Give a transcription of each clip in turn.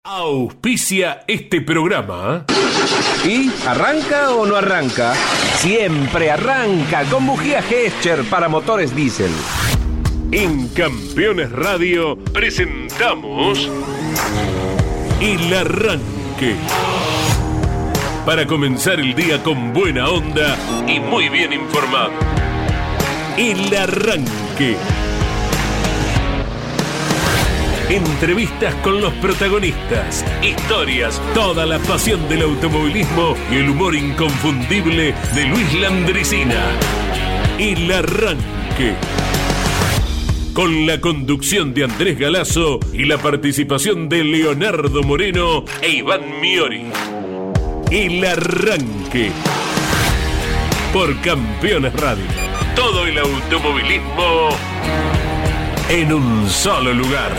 Auspicia este programa. ¿Y arranca o no arranca? Siempre arranca con bujía Gescher para motores diésel. En Campeones Radio presentamos El Arranque. Para comenzar el día con buena onda y muy bien informado. El Arranque. Entrevistas con los protagonistas, historias, toda la pasión del automovilismo y el humor inconfundible de Luis Landricina. El Arranque. Con la conducción de Andrés Galazo y la participación de Leonardo Moreno e Iván Miori. El Arranque. Por Campeones Radio. Todo el automovilismo en un solo lugar.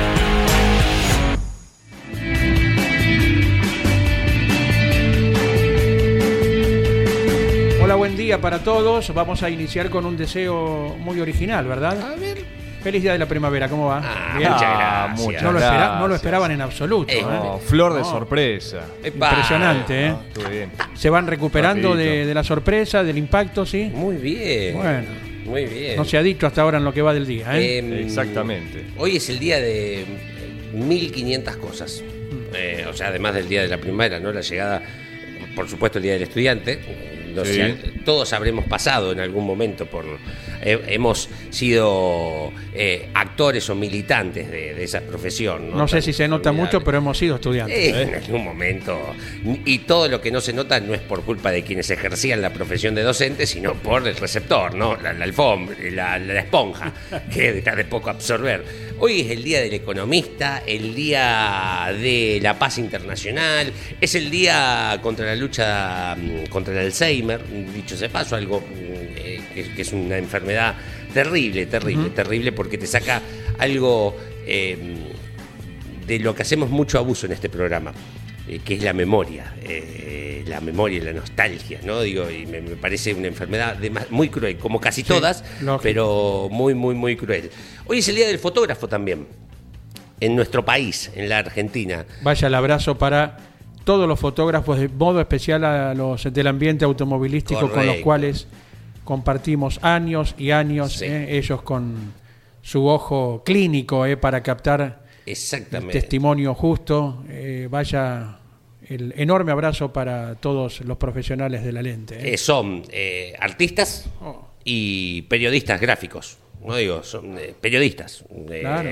Hola, buen día para todos. Vamos a iniciar con un deseo muy original, ¿verdad? A ver. Feliz día de la primavera, ¿cómo va? Bien. Muchas gracias. No lo esperaban en absoluto. No, flor de sorpresa. Impresionante, ¿eh? Estuvo bien. Se van recuperando Rapidito. de la sorpresa, del impacto, ¿sí? Muy bien. Bueno. Muy bien. No se ha dicho hasta ahora en lo que va del día, ¿eh? Exactamente. Hoy es el día de 1500 cosas. O sea, además del día de la primavera, ¿no? La llegada, por supuesto, el día del estudiante. O Sí. sea, todos habremos pasado en algún momento por... hemos sido actores o militantes de esa profesión. No sé si se nota formidable. mucho, pero hemos sido estudiantes. En algún momento. Y todo lo que no se nota no es por culpa de quienes ejercían la profesión de docente, sino por el receptor, ¿no? La alfombra, la esponja, que está de poco absorber. Hoy es el día del economista, el día de la paz internacional, es el día contra la lucha contra el Alzheimer, dicho sea paso, algo que es una enfermedad terrible, porque te saca algo de lo que hacemos mucho abuso en este programa, que es la memoria y la nostalgia, ¿no? Digo, y me parece una enfermedad muy cruel, como casi todas, lógico. pero muy, muy, muy cruel. Hoy es el día del fotógrafo también, en nuestro país, en la Argentina. Vaya el abrazo para todos los fotógrafos, de modo especial a los del ambiente automovilístico. Correcto. Con los cuales compartimos años y años, Sí. ellos con su ojo clínico para captar el Exactamente. testimonio justo. Vaya el enorme abrazo para todos los profesionales de la lente. Son artistas y periodistas gráficos. No digo, son periodistas. Claro.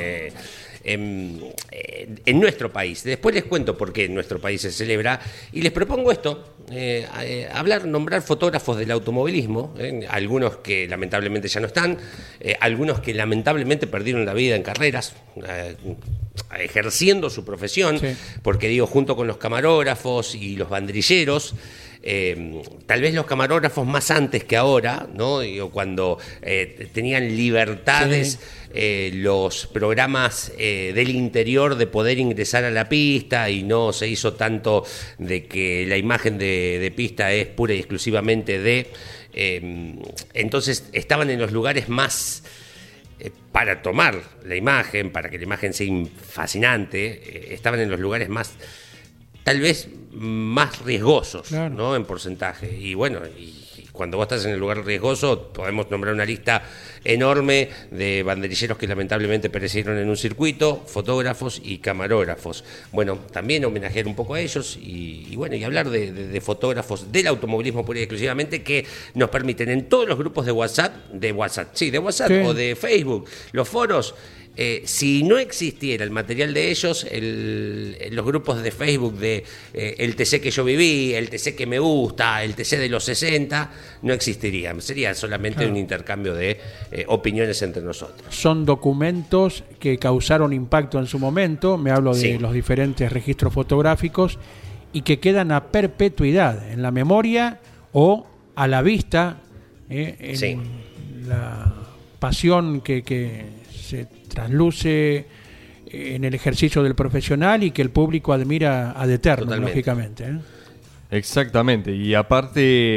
En nuestro país. Después les cuento por qué en nuestro país se celebra y les propongo esto, nombrar fotógrafos del automovilismo, algunos que lamentablemente ya no están, algunos que lamentablemente perdieron la vida en carreras, ejerciendo su profesión, Sí. porque digo, junto con los camarógrafos y los banderilleros, tal vez los camarógrafos más antes que ahora, ¿no? Digo, cuando tenían libertades, los programas del interior de poder ingresar a la pista y no se hizo tanto de que la imagen de pista es pura y exclusivamente de... entonces estaban en los lugares más... para tomar la imagen, para que la imagen sea fascinante, estaban en los lugares más... tal vez más riesgosos, Claro. ¿no? En porcentaje. Y bueno, y cuando vos estás en el lugar riesgoso, podemos nombrar una lista enorme de banderilleros que lamentablemente perecieron en un circuito, fotógrafos y camarógrafos. Bueno, también homenajear un poco a ellos y bueno, y hablar de fotógrafos del automovilismo pura y exclusivamente, que nos permiten en todos los grupos de WhatsApp, sí, o de Facebook, los foros. Si no existiera el material de ellos, los grupos de Facebook de el TC que yo viví, el TC que me gusta, el TC de los 60, no existirían. Sería solamente un intercambio de opiniones entre nosotros. Son documentos que causaron impacto en su momento, me hablo de Sí. los diferentes registros fotográficos, y que quedan a perpetuidad en la memoria o a la vista, en Sí. la pasión que se trasluce en el ejercicio del profesional y que el público admira ad eternum, Totalmente. lógicamente. Exactamente, y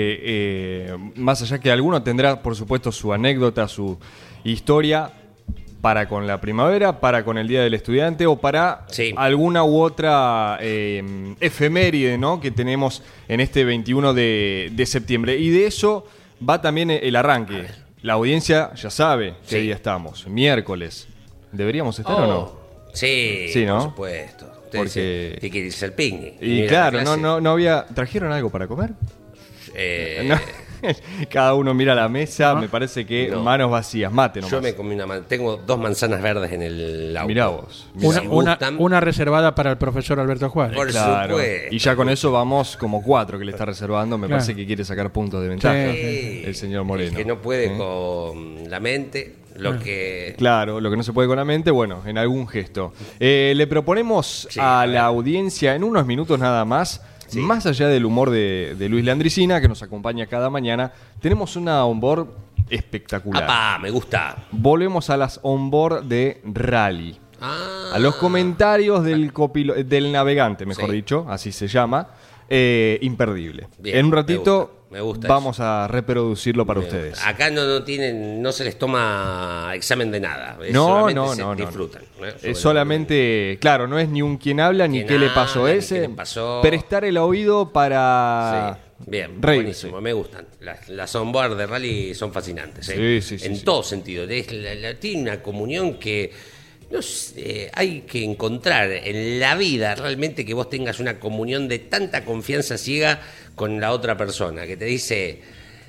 aparte, más allá que alguno tendrá, por supuesto, su anécdota, su historia, para con la primavera, para con el Día del Estudiante o para Sí. alguna u otra efeméride, ¿no?, que tenemos en este 21 de septiembre. Y de eso va también el arranque. La audiencia ya sabe qué Sí. día estamos. Miércoles. ¿Deberíamos estar o no? Sí, Sí, ¿no? por supuesto. Usted Porque- dice que quiere irse al picnic. Y ir a la claro, clase. no había... ¿Trajeron algo para comer? Eh, No. Cada uno mira la mesa, me parece que No. manos vacías, mate nomás. Yo me comí tengo 2 manzanas verdes en el auto. Mirá vos. Una, Si una- gustan. una reservada para el profesor Alberto Juárez. Por Claro. supuesto. Y ya con eso vamos como 4 que le está reservando. Me Claro. parece que quiere sacar puntos de ventaja Sí. el señor Moreno. El que no puede ¿Eh? con la mente, lo que... Claro, lo que no se puede con la mente, bueno, en algún gesto. Le proponemos Sí, a a ver. la audiencia en unos minutos nada más, más allá del humor de Luis Landricina, que nos acompaña cada mañana, tenemos una onboard espectacular. ¡Apá! Me gusta. Volvemos a las onboard de rally. Ah, A los comentarios del del navegante, mejor Sí. dicho, así se llama, imperdible. Bien, en un me ratito me gusta vamos a reproducirlo para me ustedes. gusta. Acá no se les toma examen de nada. No, Solamente no, se no. disfrutan. Es solamente, claro, no es ni un quién habla ni Quién qué le pasó habla, ni ese. qué le pasó. Prestar el oído para Sí, bien, reírse. buenísimo, me gustan. Las onboard de rally son fascinantes. ¿eh? Sí, sí, sí, en sí. todo sentido. Tiene una comunión que no sé, hay que encontrar en la vida realmente que vos tengas una comunión de tanta confianza ciega con la otra persona, que te dice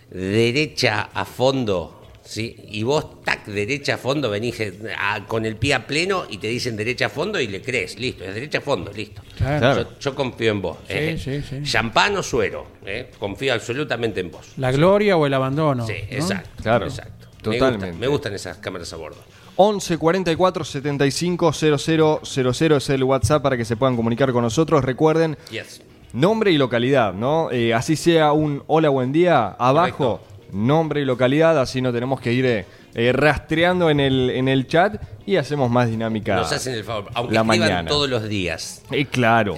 derecha a fondo, ¿sí? Y vos, tac, derecha a fondo, venís con el pie a pleno y te dicen derecha a fondo y le crees, listo, es derecha a fondo, listo. Claro. Yo confío en vos. Sí, sí. Champán o suero, confío absolutamente en vos. La gloria o el abandono. Sí, ¿no? exacto. Claro, exacto. totalmente. Me gustan esas cámaras a bordo. 11 44 75 0000 es el WhatsApp para que se puedan comunicar con nosotros. Recuerden, Yes. nombre y localidad, ¿no? Así sea un hola, buen día, abajo, nombre y localidad, así no tenemos que ir rastreando en el chat y hacemos más dinámica. Nos hacen el favor, aunque la escriban mañana. todos los días. Claro.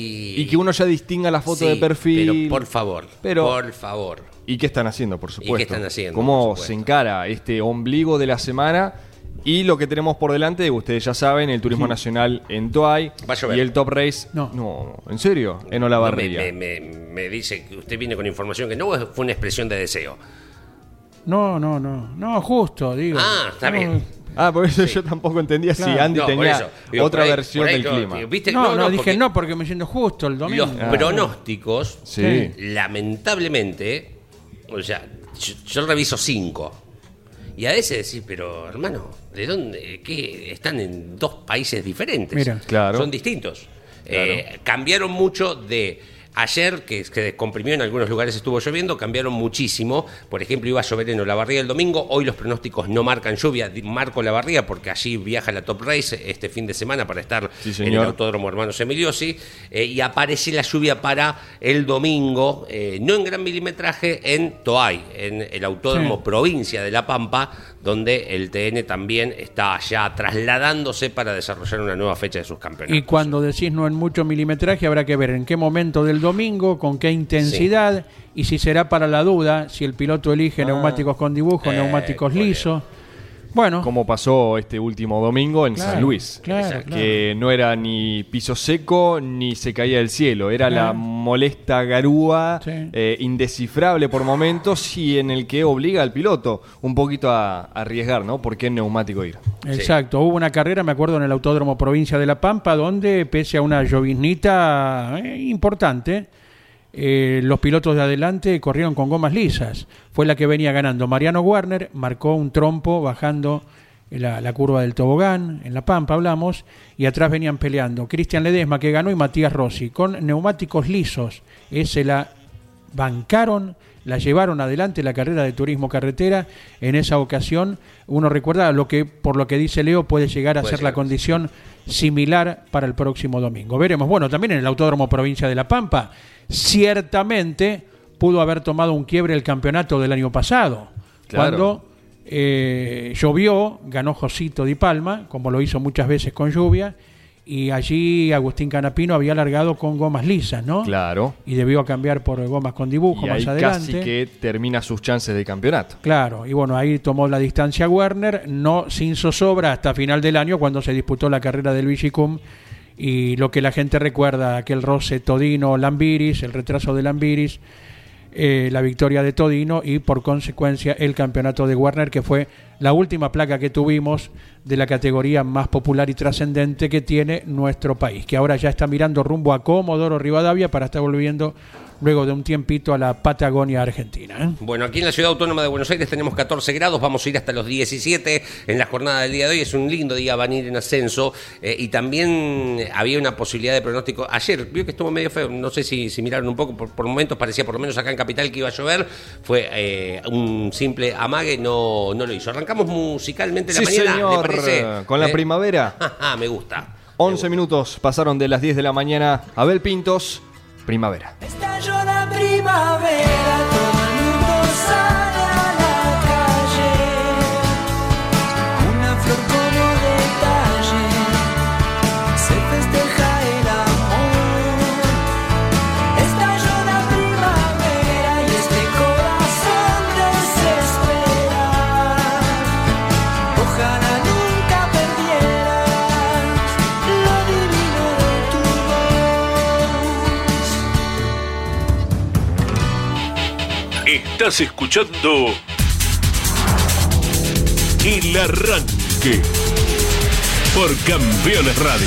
Y que uno ya distinga la foto Sí, de perfil. Pero por favor, Pero- por favor. ¿Y qué están haciendo, por supuesto? qué están haciendo, ¿Cómo por supuesto? se encara este ombligo de la semana? Y lo que tenemos por delante, ustedes ya saben, el Turismo Nacional en Toay Va a llover. y el Top Race. No. ¿En serio? En Olavarría. Me dice que usted viene con información que no fue una expresión de deseo. No, justo, digo. Está No, bien. Por eso yo tampoco entendía si Claro. Andy No, por tenía eso. Digo, otra por ahí- versión por ahí del yo, clima. ¿viste? No, dije porque no porque me siento justo el domingo. Los pronósticos, Sí. lamentablemente, o sea, yo reviso 5. Y a veces decís, pero hermano, ¿de dónde? ¿Qué? Están en 2 países diferentes. Mira. Claro. Son distintos. Claro. Cambiaron mucho de ayer, que se descomprimió, en algunos lugares estuvo lloviendo, cambiaron muchísimo. Por ejemplo, iba a llover en Olavarría el domingo. Hoy los pronósticos no marcan lluvia. Marco Olavarría porque allí viaja la Top Race este fin de semana para estar Sí, en señor. el Autódromo Hermanos Emiliosi. Y aparece la lluvia para el domingo, no en gran milimetraje, en Toay, en el Autódromo Sí. Provincia de La Pampa, donde el TN también está ya trasladándose para desarrollar una nueva fecha de sus campeonatos. Y cuando decís no en mucho milimetraje, habrá que ver en qué momento del domingo, con qué intensidad, y si será para la duda, si el piloto elige neumáticos con dibujo, neumáticos bueno. lisos. Bueno, Como pasó este último domingo en claro, San Luis. Claro, Exacto. claro. Que no era ni piso seco ni se caía del cielo, era la Claro. molesta garúa, Sí. indescifrable por momentos y en el que obliga al piloto un poquito a arriesgar, ¿no? ¿Por qué en neumático ir? Exacto, hubo una carrera, me acuerdo, en el Autódromo Provincia de La Pampa, donde pese a una lloviznita importante, los pilotos de adelante corrieron con gomas lisas. Fue la que venía ganando Mariano Warner, marcó un trompo bajando la curva del tobogán, en La Pampa hablamos, y atrás venían peleando Cristian Ledesma, que ganó, y Matías Rossi, con neumáticos lisos. Se la bancaron, la llevaron adelante la carrera de turismo carretera. En esa ocasión, uno recuerda por lo que dice Leo, puede llegar a Puede ser la llegar. condición similar para el próximo domingo. Veremos. Bueno, también en el Autódromo Provincia de La Pampa, ciertamente pudo haber tomado un quiebre el campeonato del año pasado, Claro. cuando llovió, ganó Josito Di Palma, como lo hizo muchas veces con lluvia, y allí Agustín Canapino había largado con gomas lisas, ¿no? Claro. Y debió cambiar por gomas con dibujo Y más ahí adelante. casi que termina sus chances de campeonato. Claro, y bueno, ahí tomó la distancia Werner, no sin zozobra hasta final del año cuando se disputó la carrera del Vigicum, y lo que la gente recuerda, aquel roce Todino-Lambiris, el retraso de Lambiris, la victoria de Todino y por consecuencia el campeonato de Werner, que fue la última placa que tuvimos de la categoría más popular y trascendente que tiene nuestro país, que ahora ya está mirando rumbo a Comodoro Rivadavia para estar volviendo luego de un tiempito a la Patagonia Argentina, ¿eh? Bueno, aquí en la Ciudad Autónoma de Buenos Aires tenemos 14 grados, vamos a ir hasta los 17 en la jornada del día de hoy. Es un lindo día, van a ir en ascenso, y también había una posibilidad de pronóstico. Ayer vio que estuvo medio feo, no sé si miraron un poco, por momentos parecía, por lo menos acá en Capital, que iba a llover. Fue un simple amague, no lo hizo. Arrancamos musicalmente la Sí, mañana, señor, ¿le parece? con la primavera. Me gusta. 11 minutos pasaron de las 10 de la mañana. Abel Pintos, primavera. Estalló la primavera, todo el mundo sale a la calle. Una flor como detalle, se festeja el amor. Estalló la primavera y este corazón desespera. Ojalá nunca perdieras lo divino de tu voz. Estás escuchando El Arranque por Campeones Radio.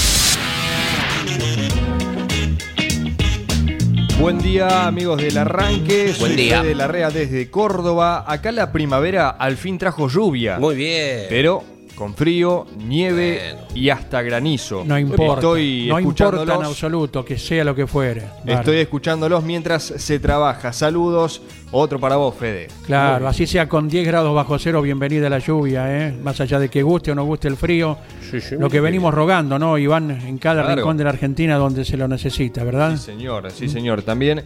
Buen día, amigos del Arranque. Buen Soy día. Fede Larrea desde Córdoba. Acá la primavera al fin trajo lluvia. Muy bien. Pero con frío, nieve Bueno. y hasta granizo. No importa, Estoy no importa en escuchándolos. absoluto, que sea lo que fuere. Estoy escuchándolos mientras se trabaja. Saludos. Otro para vos, Fede. Claro, así sea con 10 grados bajo cero, bienvenida la lluvia, ¿eh? Más allá de que guste o no guste el frío, lo que venimos rogando, ¿no? Y van en cada Claro. rincón de la Argentina donde se lo necesita, ¿verdad? Sí, señor. También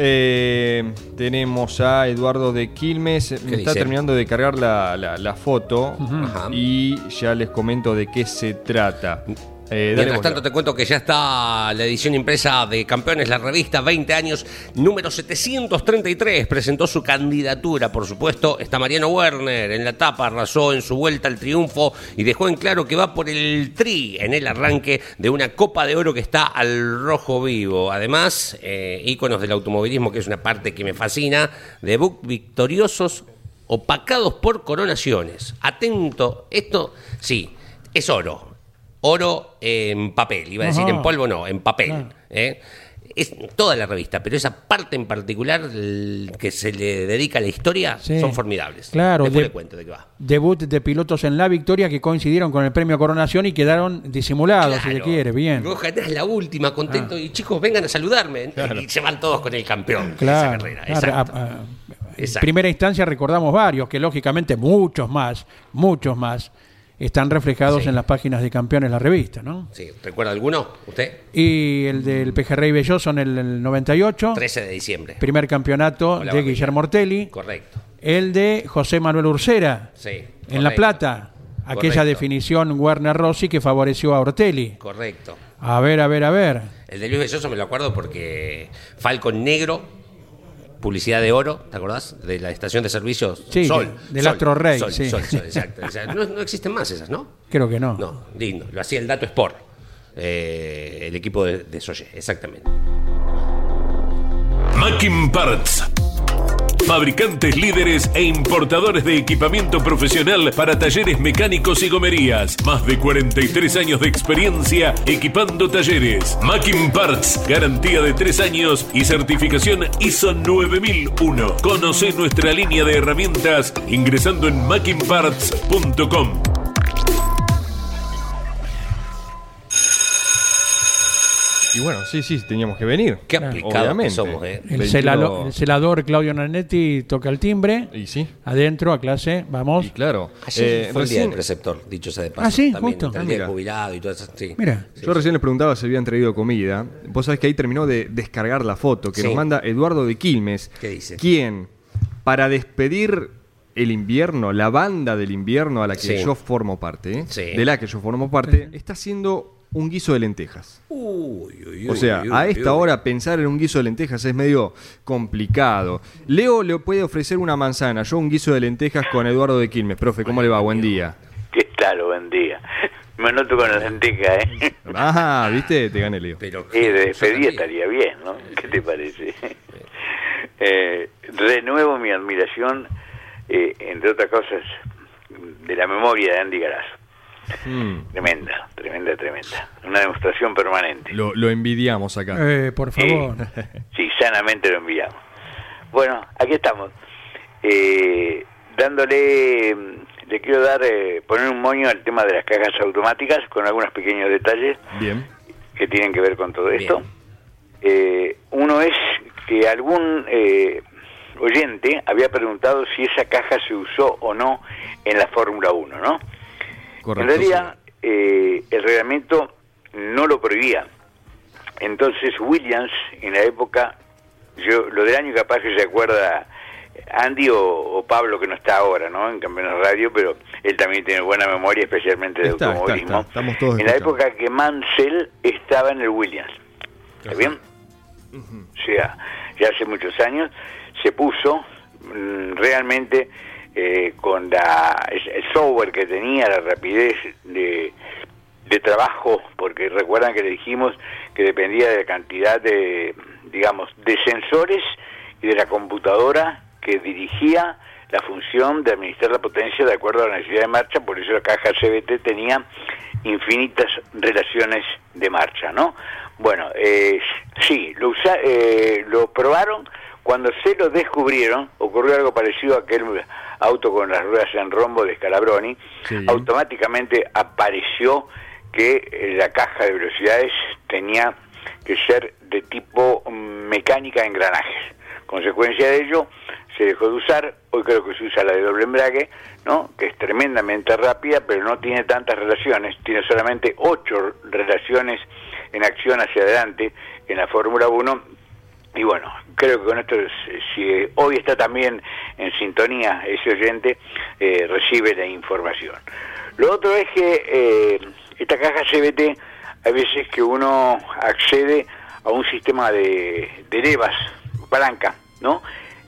tenemos a Eduardo de Quilmes. Me está dice? terminando de cargar la foto Ajá. y ya les comento de qué se trata. Dale, Mientras vos, tanto Leo. te cuento que ya está la edición impresa de Campeones, la revista 20 años, número 733, presentó su candidatura, por supuesto, está Mariano Werner en la tapa, arrasó en su vuelta al triunfo y dejó en claro que va por el tri en el arranque de una Copa de Oro que está al rojo vivo. Además, íconos del automovilismo, que es una parte que me fascina, debut victoriosos opacados por coronaciones. Atento, esto sí, es oro. Oro en papel, iba a decir Ajá. en polvo, no, en papel. Claro. Es toda la revista, pero esa parte en particular que se le dedica a la historia Sí. son formidables. Claro, Después le cuento de qué va. Debut de pilotos en la victoria que coincidieron con el premio Coronación y quedaron disimulados, si se quiere, bien. Vos ganás la última, contento, y chicos, vengan a saludarme. Y se van todos con el campeón. de esa Claro, carrera. claro, Exacto. en Exacto. primera instancia recordamos varios, que lógicamente muchos más, están reflejados Sí. en las páginas de Campeones, la revista, ¿no? Sí, ¿recuerda alguno? ¿Usted? Y el del Pejerrey Belloso en el 98, 13 de diciembre. primer campeonato Hola, de Barbilla. Guillermo Ortelli, Correcto. el de José Manuel Ursera, Sí. en correcto. La Plata, aquella Correcto. definición Werner Rossi que favoreció a Ortelli. Correcto. A ver. El de Luis Belloso me lo acuerdo porque Falcon negro, publicidad de oro, ¿te acordás? De la estación de servicios Sí, Sol. del Sol, Astro Rey, Sol, sí. Sol, exacto. O sea, no existen más esas, ¿no? Creo que no. No, lindo. Lo hacía el Dato Sport, el equipo de Soye, exactamente. Mackin Parts. Fabricantes líderes e importadores de equipamiento profesional para talleres mecánicos y gomerías. Más de 43 años de experiencia equipando talleres. Mackin Parts, garantía de 3 años y certificación ISO 9001. Conoce nuestra línea de herramientas ingresando en mackinparts.com. Y bueno, sí, teníamos que venir. Qué aplicados que Obviamente. somos, ¿eh? El, 21. el celador Claudio Nanetti toca el timbre, Y sí, adentro a clase, vamos. y claro. Ayer fue el día del Recién- preceptor, dicho sea de paso. Ah, sí, también, justo. El Ah, día del mira. jubilado y todo eso. Sí. Mira, Yo recién les preguntaba si habían traído comida. Vos sabés que ahí terminó de descargar la foto que Sí. nos manda Eduardo de Quilmes. ¿Qué dice? Quien, para despedir el invierno, la banda del invierno a la que Sí. yo formo parte, Sí. de la que yo formo parte, está haciendo un guiso de lentejas. Uy, O sea, a esta hora pensar en un guiso de lentejas es medio complicado. Leo le puede ofrecer una manzana, yo un guiso de lentejas con Eduardo de Quilmes. Profe, ¿cómo le va? Buen día. ¿Qué tal? Buen día. Me anoto con la lenteja, ¿eh? Ah, ¿viste? Te gané, Leo. Pero De despedida yo también. estaría bien, ¿no? ¿Qué te parece? Renuevo mi admiración, entre otras cosas, de la memoria de Andy Garazo. Tremenda. Una demostración permanente. Lo envidiamos acá. Por favor. Sí, sanamente lo enviamos. Bueno, aquí estamos. Le quiero poner un moño al tema de las cajas automáticas con algunos pequeños detalles Bien. que tienen que ver con todo esto. Bien. Uno es que algún oyente había preguntado si esa caja se usó o no en la Fórmula 1, ¿no? Correcto. En realidad, el reglamento no lo prohibía. Entonces, Williams, en la época, lo del año capaz que se acuerda Andy o Pablo, que no está ahora, ¿no? En Campeones Radio, pero él también tiene buena memoria, especialmente de automovilismo. Estamos todos en la escuchando. época que Mansell estaba en el Williams. ¿Está bien? O sea, ya hace muchos años se puso realmente con el software que tenía, la rapidez de trabajo, porque recuerdan que le dijimos que dependía de la cantidad de sensores y de la computadora que dirigía la función de administrar la potencia de acuerdo a la necesidad de marcha. Por eso la caja CVT tenía infinitas relaciones de marcha, ¿no? Bueno, sí, lo probaron. Cuando se lo descubrieron, ocurrió algo parecido a aquel auto con las ruedas en rombo de Scalabroni. Sí. Automáticamente apareció que la caja de velocidades tenía que ser de tipo mecánica engranajes. Consecuencia de ello, se dejó de usar. Hoy creo que se usa la de doble embrague, ¿no? Que es tremendamente rápida, pero no tiene tantas relaciones. Tiene solamente 8 relaciones en acción hacia adelante en la Fórmula 1. Y bueno, creo que con esto, si hoy está también en sintonía ese oyente, recibe la información. Lo otro es que esta caja CVT, hay veces que uno accede a un sistema de levas, palanca, ¿no?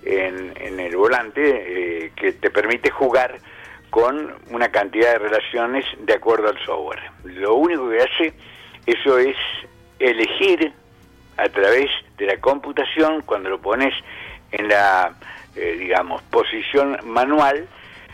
En el volante, que te permite jugar con una cantidad de relaciones de acuerdo al software. Lo único que hace eso es elegir a través de la computación, cuando lo pones en la, posición manual,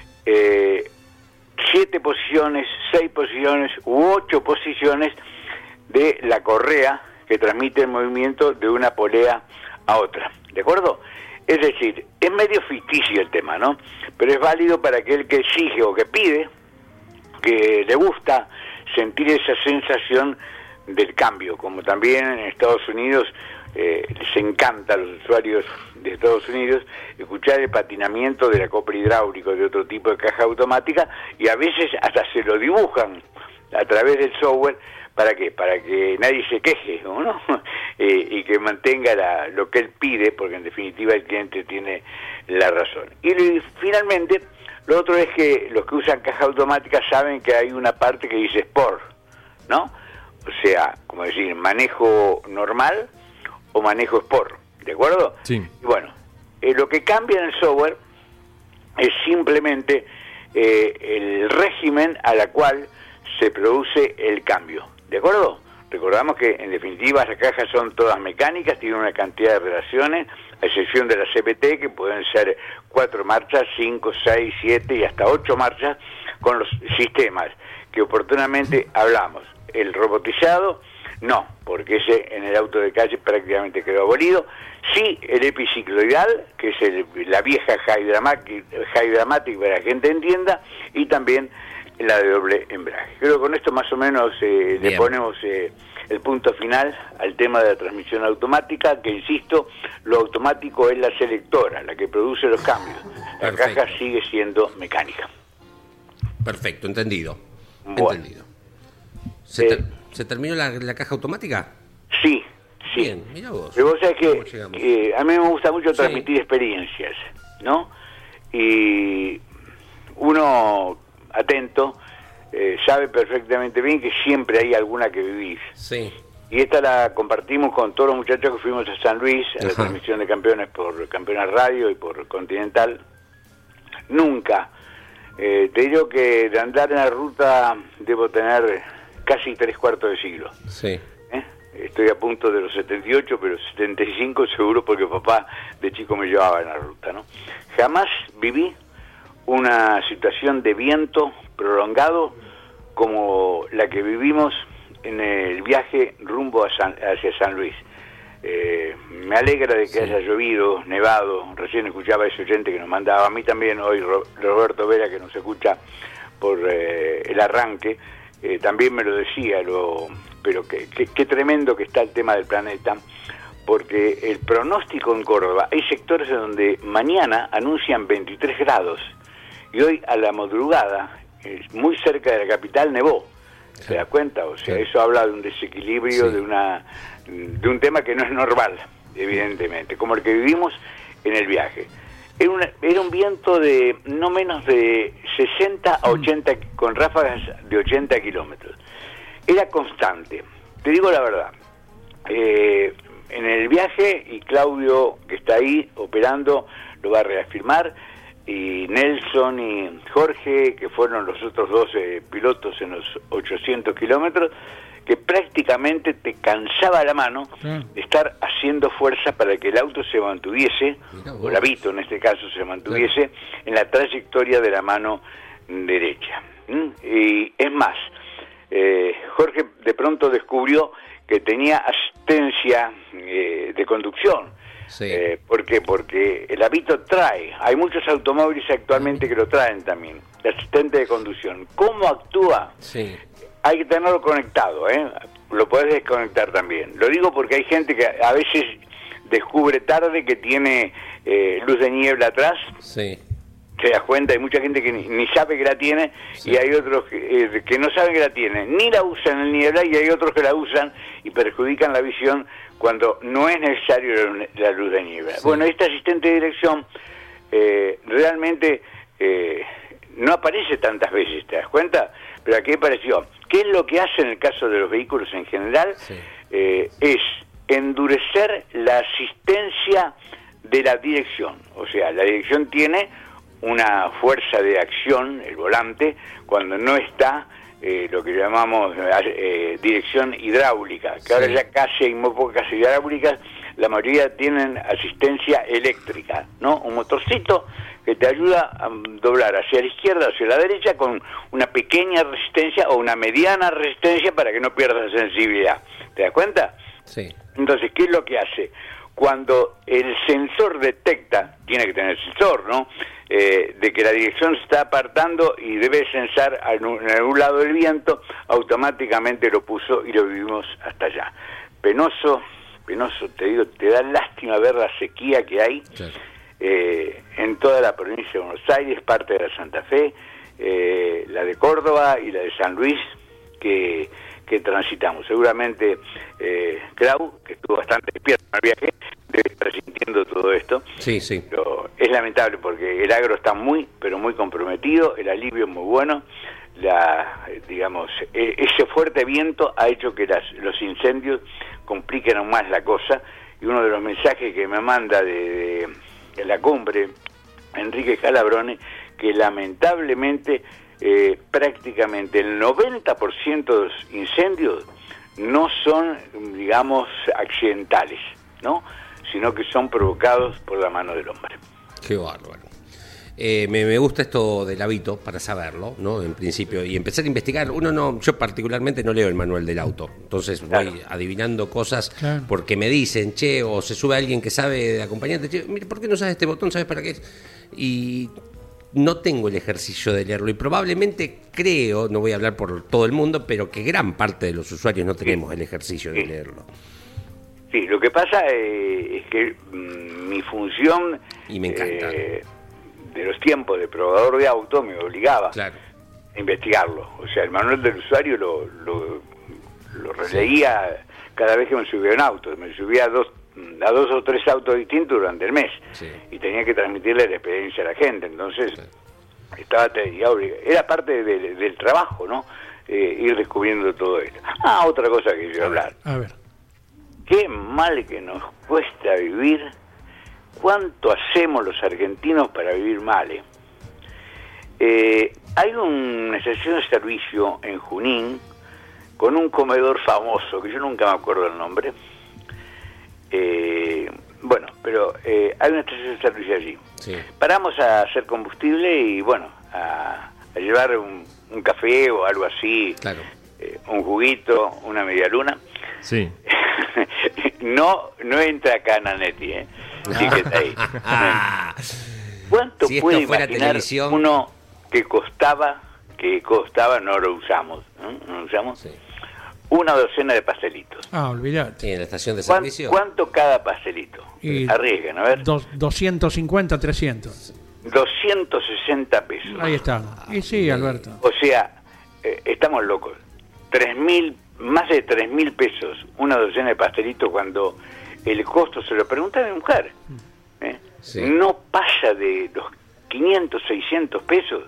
7 posiciones, 6 posiciones u 8 posiciones de la correa que transmite el movimiento de una polea a otra, ¿de acuerdo? Es decir, es medio ficticio el tema, ¿no? Pero es válido para aquel que exige o que pide, que le gusta sentir esa sensación del cambio, como también en Estados Unidos les encanta a los usuarios de Estados Unidos escuchar el patinamiento del acople hidráulico de otro tipo de caja automática, y a veces hasta se lo dibujan a través del software. ¿Para qué? Para que nadie se queje, ¿no? Y que mantenga lo que él pide, porque en definitiva el cliente tiene la razón. Y finalmente, lo otro es que los que usan caja automática saben que hay una parte que dice Sport, ¿no? O sea, como decir, manejo normal o manejo Sport, ¿de acuerdo? Sí. Y bueno, lo que cambia en el software es simplemente el régimen a la cual se produce el cambio, ¿de acuerdo? Recordamos que en definitiva las cajas son todas mecánicas, tienen una cantidad de relaciones, a excepción de la CPT, que pueden ser 4 marchas, 5, 6, 7 y hasta 8 marchas, con los sistemas que oportunamente hablamos. El robotizado, no, porque ese en el auto de calle prácticamente quedó abolido. Sí, el epicicloidal, que es la vieja High-Dramatic, para que la gente entienda, y también la de doble embrague. Creo que con esto más o menos le ponemos el punto final al tema de la transmisión automática, que insisto, lo automático es la selectora, la que produce los cambios. La Perfecto. caja sigue siendo mecánica. Perfecto, entendido. Bueno. Entendido. ¿Se terminó la caja automática? Sí, sí. Bien, mira vos. Pero vos sabés ¿Cómo llegamos? que a mí me gusta mucho Sí. transmitir experiencias, ¿no? Y uno atento sabe perfectamente bien que siempre hay alguna que vivir. Sí. Y esta la compartimos con todos los muchachos que fuimos a San Luis, a la Ajá. transmisión de campeones por Campeones Radio y por Continental. Nunca, te digo que de andar en la ruta debo tener casi 3/4 de siglo. Sí. Estoy a punto de los 78, pero 75 seguro porque papá de chico me llevaba en la ruta, ¿no? Jamás viví una situación de viento prolongado como la que vivimos en el viaje rumbo hacia San Luis. Me alegra de que haya llovido, nevado. Recién escuchaba a ese oyente que nos mandaba, a mí también hoy Roberto Vera, que nos escucha por el arranque, también me lo decía, pero qué tremendo que está el tema del planeta, porque el pronóstico en Córdoba, hay sectores donde mañana anuncian 23 grados, y hoy a la madrugada, muy cerca de la capital, nevó. ¿Se da cuenta? O sea, eso habla de un desequilibrio, Sí. de un tema que no es normal, evidentemente, como el que vivimos en el viaje. Era un viento de no menos de 60 a 80, con ráfagas de 80 kilómetros. Era constante. Te digo la verdad. En el viaje, y Claudio, que está ahí operando, lo va a reafirmar, y Nelson y Jorge, que fueron los otros 12 pilotos en los 800 kilómetros, que prácticamente te cansaba la mano de estar haciendo fuerza para que el auto se mantuviese, o el Avito en este caso se mantuviese, en la trayectoria de la mano derecha. Y es más, Jorge de pronto descubrió que tenía asistencia de conducción. Sí. ¿Por qué? Porque el Avito trae, hay muchos automóviles actualmente que lo traen también, el asistente de conducción. ¿Cómo actúa? Sí. Hay que tenerlo conectado, lo podés desconectar también. Lo digo porque hay gente que a veces descubre tarde que tiene luz de niebla atrás. Sí. Se das cuenta, hay mucha gente que ni sabe que la tiene, Sí. y hay otros que no saben que la tienen, ni la usan en niebla, y hay otros que la usan y perjudican la visión cuando no es necesario la luz de niebla. Sí. Bueno, este asistente de dirección realmente no aparece tantas veces, ¿te das cuenta? Pero aquí apareció. ¿Qué es lo que hace en el caso de los vehículos en general? Sí. Es endurecer la asistencia de la dirección. O sea, la dirección tiene una fuerza de acción, el volante, cuando no está lo que llamamos dirección hidráulica, que ahora Sí. ya casi hay muy pocas hidráulicas, la mayoría tienen asistencia eléctrica, ¿no? Un motorcito que te ayuda a doblar hacia la izquierda, hacia la derecha, con una pequeña resistencia o una mediana resistencia para que no pierdas sensibilidad. ¿Te das cuenta? Sí. Entonces, ¿qué es lo que hace? Cuando el sensor detecta, tiene que tener sensor, ¿no?, de que la dirección se está apartando y debe censar en algún lado del viento, automáticamente lo puso y lo vivimos hasta allá. Penoso, te digo, te da lástima ver la sequía que hay. Claro. En toda la provincia de Buenos Aires, parte de la Santa Fe, la de Córdoba y la de San Luis, que transitamos. Seguramente Clau, que estuvo bastante despierto en el viaje, debe estar sintiendo todo esto. Sí, sí. Pero es lamentable porque el agro está muy, pero muy comprometido, el alivio es muy bueno, ese fuerte viento ha hecho que los incendios compliquen aún más la cosa, y uno de los mensajes que me manda de la cumbre, Enrique Calabrone, que lamentablemente prácticamente el 90% de los incendios no son, digamos, accidentales, ¿no?, sino que son provocados por la mano del hombre. Qué bárbaro. Me gusta esto del Avito para saberlo, ¿no? En principio, y empezar a investigar. Yo particularmente no leo el manual del auto, entonces voy adivinando cosas porque me dicen, che, o se sube alguien que sabe de acompañante, che, mire, ¿por qué no sabes este botón? ¿Sabes para qué es? Y no tengo el ejercicio de leerlo, y probablemente creo, no voy a hablar por todo el mundo, pero que gran parte de los usuarios no tenemos el ejercicio de leerlo. Sí, lo que pasa es que mi función Y me encanta. De los tiempos de probador de auto me obligaba Claro. a investigarlo. O sea, el manual del usuario lo releía cada vez que me subía a un auto. Me subía a dos o tres autos distintos durante el mes. Sí. Y tenía que transmitirle la experiencia a la gente. Entonces, estaba tediado, era parte del trabajo, ¿no? Ir descubriendo todo esto. Otra cosa que quiero hablar. A ver. Qué mal que nos cuesta vivir, cuánto hacemos los argentinos para vivir mal. Hay una estación de servicio en Junín con un comedor famoso, que yo nunca me acuerdo el nombre. Bueno, pero hay una estación de servicio allí. Sí. Paramos a hacer combustible y bueno, a llevar un café o algo así, Claro. Un juguito, una media luna. Sí. No entra acá Nanetti, sí que está ahí. ¿Cuánto Si esto puede fuera imaginar televisión. uno que costaba, no lo usamos, no lo usamos, Sí. una docena de pastelitos? Olvidate. Sí, en la estación de servicio. ¿Cuánto cada pastelito? Y Arriesgan, a ver. 250, 300. 260 pesos. Ahí está. Y sí, Alberto. O sea, estamos locos. 3.000, más de 3.000 pesos una docena de pastelitos, cuando el costo, se lo pregunta a mi mujer, Sí. no pasa de los 500, 600 pesos.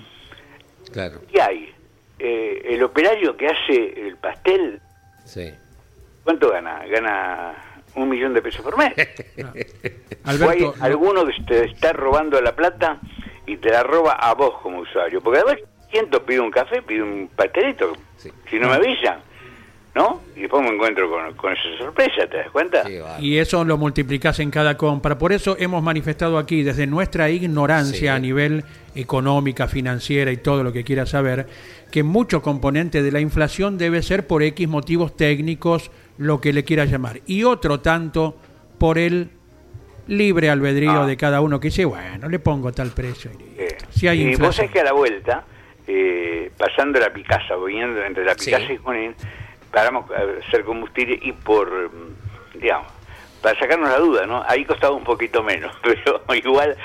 Claro. ¿Qué hay? El operario que hace el pastel, Sí. ¿cuánto gana? Gana 1 millón de pesos por mes. Alberto, O hay alguno que te está robando la plata y te la roba a vos como usuario. Porque además, siento, pido un café, pido un pastelito, Sí. si no me avisan, ¿no? Y después me encuentro con esa sorpresa, ¿te das cuenta? Qué bárbaro. y eso lo multiplicás en cada compra. Por eso hemos manifestado aquí, desde nuestra ignorancia Sí. a nivel económica, financiera y todo lo que quiera saber, que mucho componente de la inflación debe ser por X motivos técnicos, lo que le quiera llamar, y otro tanto por el libre albedrío de cada uno, que dice, bueno, le pongo tal precio. Y listo. Si hay y vos inflación. sabés que a la vuelta, pasando la Picasa, viniendo entre la Picasa Sí. y Junín, paramos a hacer combustible y por, digamos, para sacarnos la duda, ¿no? Ahí costaba un poquito menos, pero igual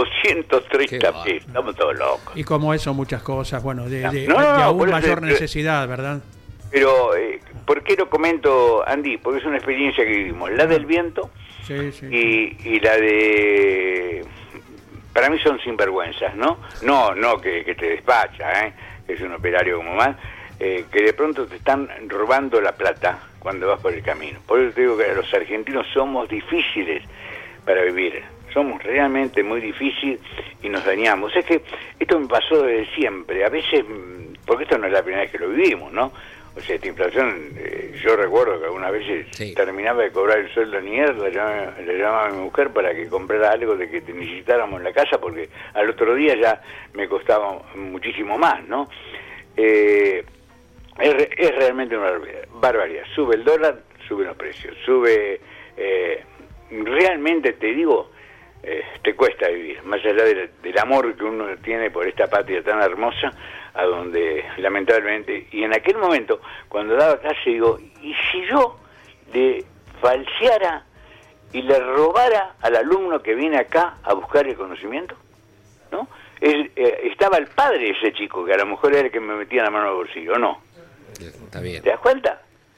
230 Qué va. pesos, estamos todos locos. Y como eso, muchas cosas, bueno, de No, de por aún eso mayor te- necesidad, ¿verdad? Pero, ¿por qué lo comento, Andy? Porque es una experiencia que vivimos, la del viento Sí, sí. y la de... Para mí son sinvergüenzas, ¿no? No que te despacha, que es un operario como más, que de pronto te están robando la plata cuando vas por el camino. Por eso te digo que los argentinos somos difíciles para vivir. Somos realmente muy difíciles y nos dañamos. Es que esto me pasó desde siempre. A veces, porque esto no es la primera vez que lo vivimos, ¿no? O sea, esta inflación, yo recuerdo que algunas veces Sí. terminaba de cobrar el sueldo ni le llamaba a mi mujer para que comprara algo de que necesitáramos en la casa, porque al otro día ya me costaba muchísimo más, ¿no? Es realmente una barbaridad. Sube el dólar, suben los precios. Realmente te digo, te cuesta vivir, más allá del amor que uno tiene por esta patria tan hermosa, a donde lamentablemente, y en aquel momento, cuando daba clase, digo, ¿y si yo le falseara y le robara al alumno que viene acá a buscar el conocimiento? ¿No? Estaba el padre de ese chico, que a lo mejor era el que me metía la mano al bolsillo, ¿o no? Está bien. ¿Te das cuenta?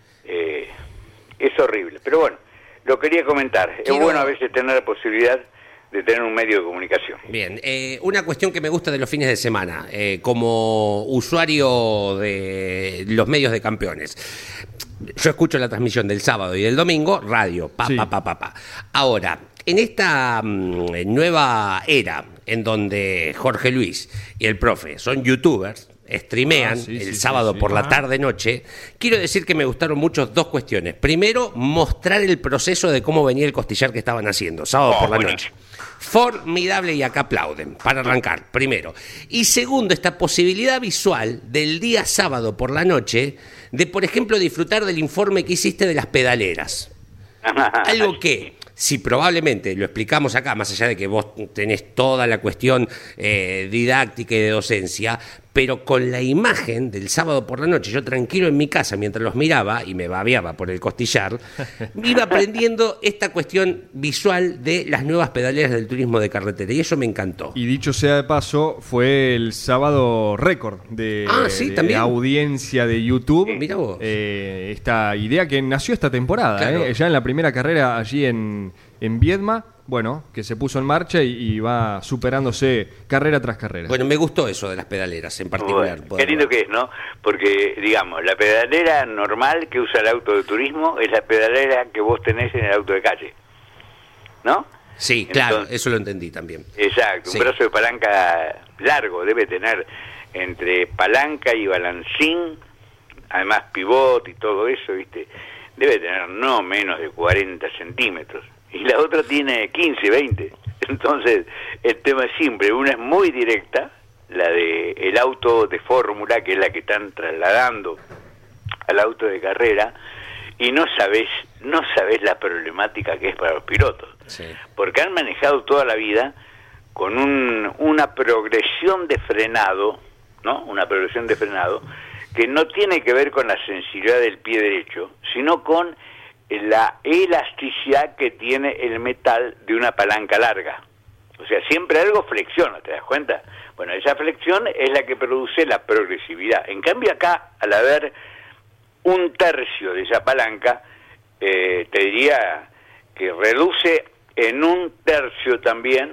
Es horrible, pero bueno, lo quería comentar. Es Quiero- bueno a veces tener la posibilidad de tener un medio de comunicación. Bien, una cuestión que me gusta de los fines de semana, como usuario de los medios de Campeones. Yo escucho la transmisión del sábado y del domingo, radio, Sí. pa. Ahora, en esta nueva era, en donde Jorge Luis y el profe son youtubers, streamean Sí, el sí, sábado sí. por la tarde-noche, quiero decir que me gustaron mucho dos cuestiones. Primero, mostrar el proceso de cómo venía el costillar que estaban haciendo, sábado por la noche. Formidable, y acá aplauden, para arrancar, primero. Y segundo, esta posibilidad visual del día sábado por la noche de, por ejemplo, disfrutar del informe que hiciste de las pedaleras. Algo que, si probablemente lo explicamos acá, más allá de que vos tenés toda la cuestión didáctica y de docencia, pero con la imagen del sábado por la noche, yo tranquilo en mi casa mientras los miraba y me babeaba por el costillar, iba aprendiendo esta cuestión visual de las nuevas pedaleras del turismo de carretera, y eso me encantó. Y dicho sea de paso, fue el sábado récord de, Sí, de también. audiencia de YouTube. Mirá vos. Esta idea que nació esta temporada, Claro. ya en la primera carrera allí en Viedma, bueno, que se puso en marcha y va superándose carrera tras carrera. Bueno, me gustó eso de las pedaleras en particular. Bueno, qué lindo que es, ¿no? Porque, digamos, la pedalera normal que usa el auto de turismo es la pedalera que vos tenés en el auto de calle, ¿no? Sí, claro, eso lo entendí también. Exacto, Sí. un brazo de palanca largo, debe tener entre palanca y balancín, además pivot y todo eso, ¿viste? Debe tener no menos de 40 centímetros. Y la otra tiene 15, 20. Entonces, el tema es simple. Una es muy directa, la de el auto de fórmula, que es la que están trasladando al auto de carrera, y no sabés la problemática que es para los pilotos. Sí. Porque han manejado toda la vida con una progresión de frenado, ¿no? Una progresión de frenado que no tiene que ver con la sensibilidad del pie derecho, sino con la elasticidad que tiene el metal de una palanca larga. O sea, siempre algo flexiona, ¿te das cuenta? Bueno, esa flexión es la que produce la progresividad. En cambio acá, al haber un tercio de esa palanca, te diría que reduce en un tercio también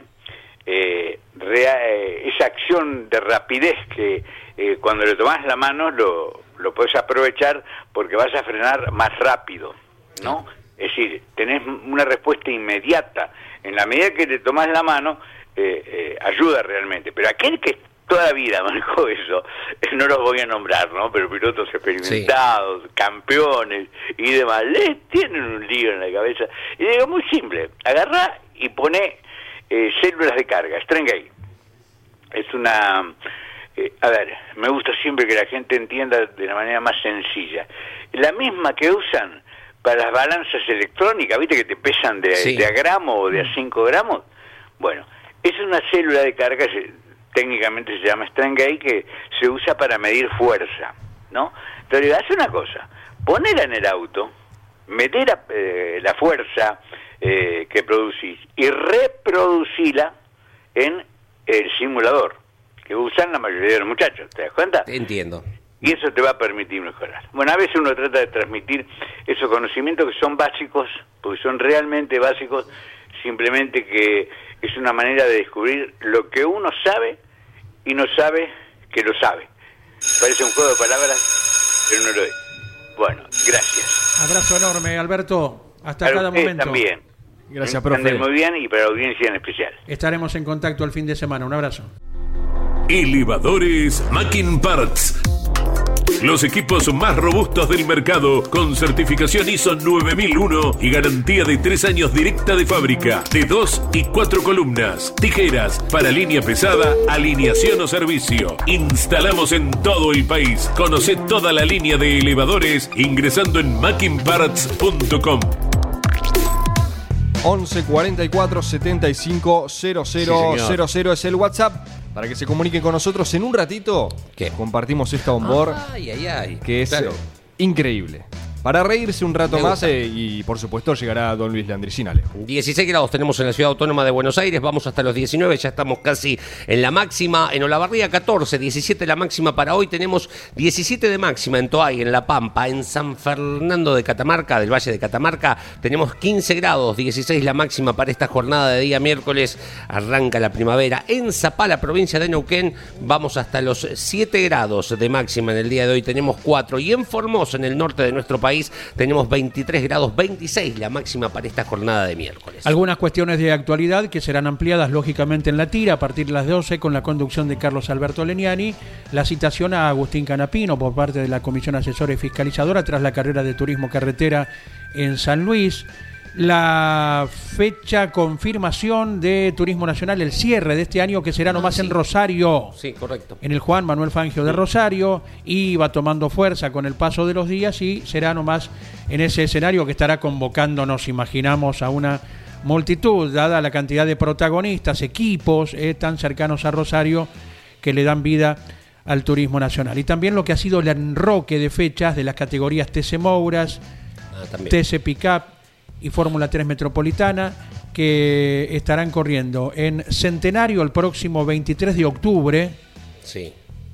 esa acción de rapidez que cuando le tomás la mano lo podés aprovechar porque vas a frenar más rápido, ¿no? Es decir, tenés una respuesta inmediata. En la medida que te tomás la mano, ayuda realmente. Pero aquel que toda la vida manejó eso, no los voy a nombrar, ¿no? Pero pilotos experimentados, campeones y demás, les tienen un lío en la cabeza. Y digo, muy simple, agarrá y pone células de carga, Strengay. Es una... a ver, me gusta siempre que la gente entienda de la manera más sencilla. La misma que usan para las balanzas electrónicas, ¿viste? Que te pesan de a gramo o de a 5 gramos. Bueno, es una célula de carga, técnicamente se llama Strengay, que se usa para medir fuerza, ¿no? Entonces, hace una cosa, ponela en el auto, meter la fuerza que producís y reproducila en el simulador, que usan la mayoría de los muchachos, ¿te das cuenta? Entiendo. Y eso te va a permitir mejorar. Bueno, a veces uno trata de transmitir esos conocimientos que son básicos, porque son realmente básicos, simplemente que es una manera de descubrir lo que uno sabe y no sabe que lo sabe. Parece un juego de palabras, pero no lo es. Bueno, gracias. Abrazo enorme, Alberto. Hasta Para cada ustedes momento. también. Gracias, Anden profe. muy bien y para la audiencia en especial. Estaremos en contacto el fin de semana. Un abrazo. Elevadores Mackin Parts. Los equipos más robustos del mercado, con certificación ISO 9001 y garantía de 3 años directa de fábrica, de 2 y 4 columnas, tijeras para línea pesada, alineación o servicio. Instalamos en todo el país. Conoce toda la línea de elevadores ingresando en mackinparts.com. 11 44 75 00 00 es el WhatsApp para que se comuniquen con nosotros. En un ratito ¿Qué? compartimos esta onboard Ay. que es Claro. increíble. Para reírse un rato Me más gusta. y por supuesto llegará don Luis Landricina, Leo. 16 grados tenemos en la Ciudad Autónoma de Buenos Aires, vamos hasta los 19, ya estamos casi en la máxima. En Olavarría 14, 17 la máxima para hoy, tenemos 17 de máxima en Toay, en La Pampa, en San Fernando de Catamarca, del Valle de Catamarca, tenemos 15 grados, 16 la máxima para esta jornada de día miércoles, arranca la primavera. En Zapala, provincia de Neuquén, vamos hasta los 7 grados de máxima en el día de hoy, tenemos 4, y en Formosa, en el norte de nuestro país, tenemos 23 grados, 26 la máxima para esta jornada de miércoles. Algunas cuestiones de actualidad que serán ampliadas lógicamente en la tira a partir de las 12 con la conducción de Carlos Alberto Leniani, la citación a Agustín Canapino por parte de la Comisión Asesora y Fiscalizadora tras la carrera de turismo carretera en San Luis, la fecha confirmación de Turismo Nacional, el cierre de este año que será nomás en Rosario. Sí, correcto. En el Juan Manuel Fangio de Rosario, y va tomando fuerza con el paso de los días y será nomás en ese escenario que estará convocando, nos imaginamos, a una multitud, dada la cantidad de protagonistas, equipos tan cercanos a Rosario que le dan vida al turismo nacional. Y también lo que ha sido el enroque de fechas de las categorías TC Mouras, También. TC Pickup y Fórmula 3 Metropolitana, que estarán corriendo en Centenario el próximo 23 de octubre, Sí.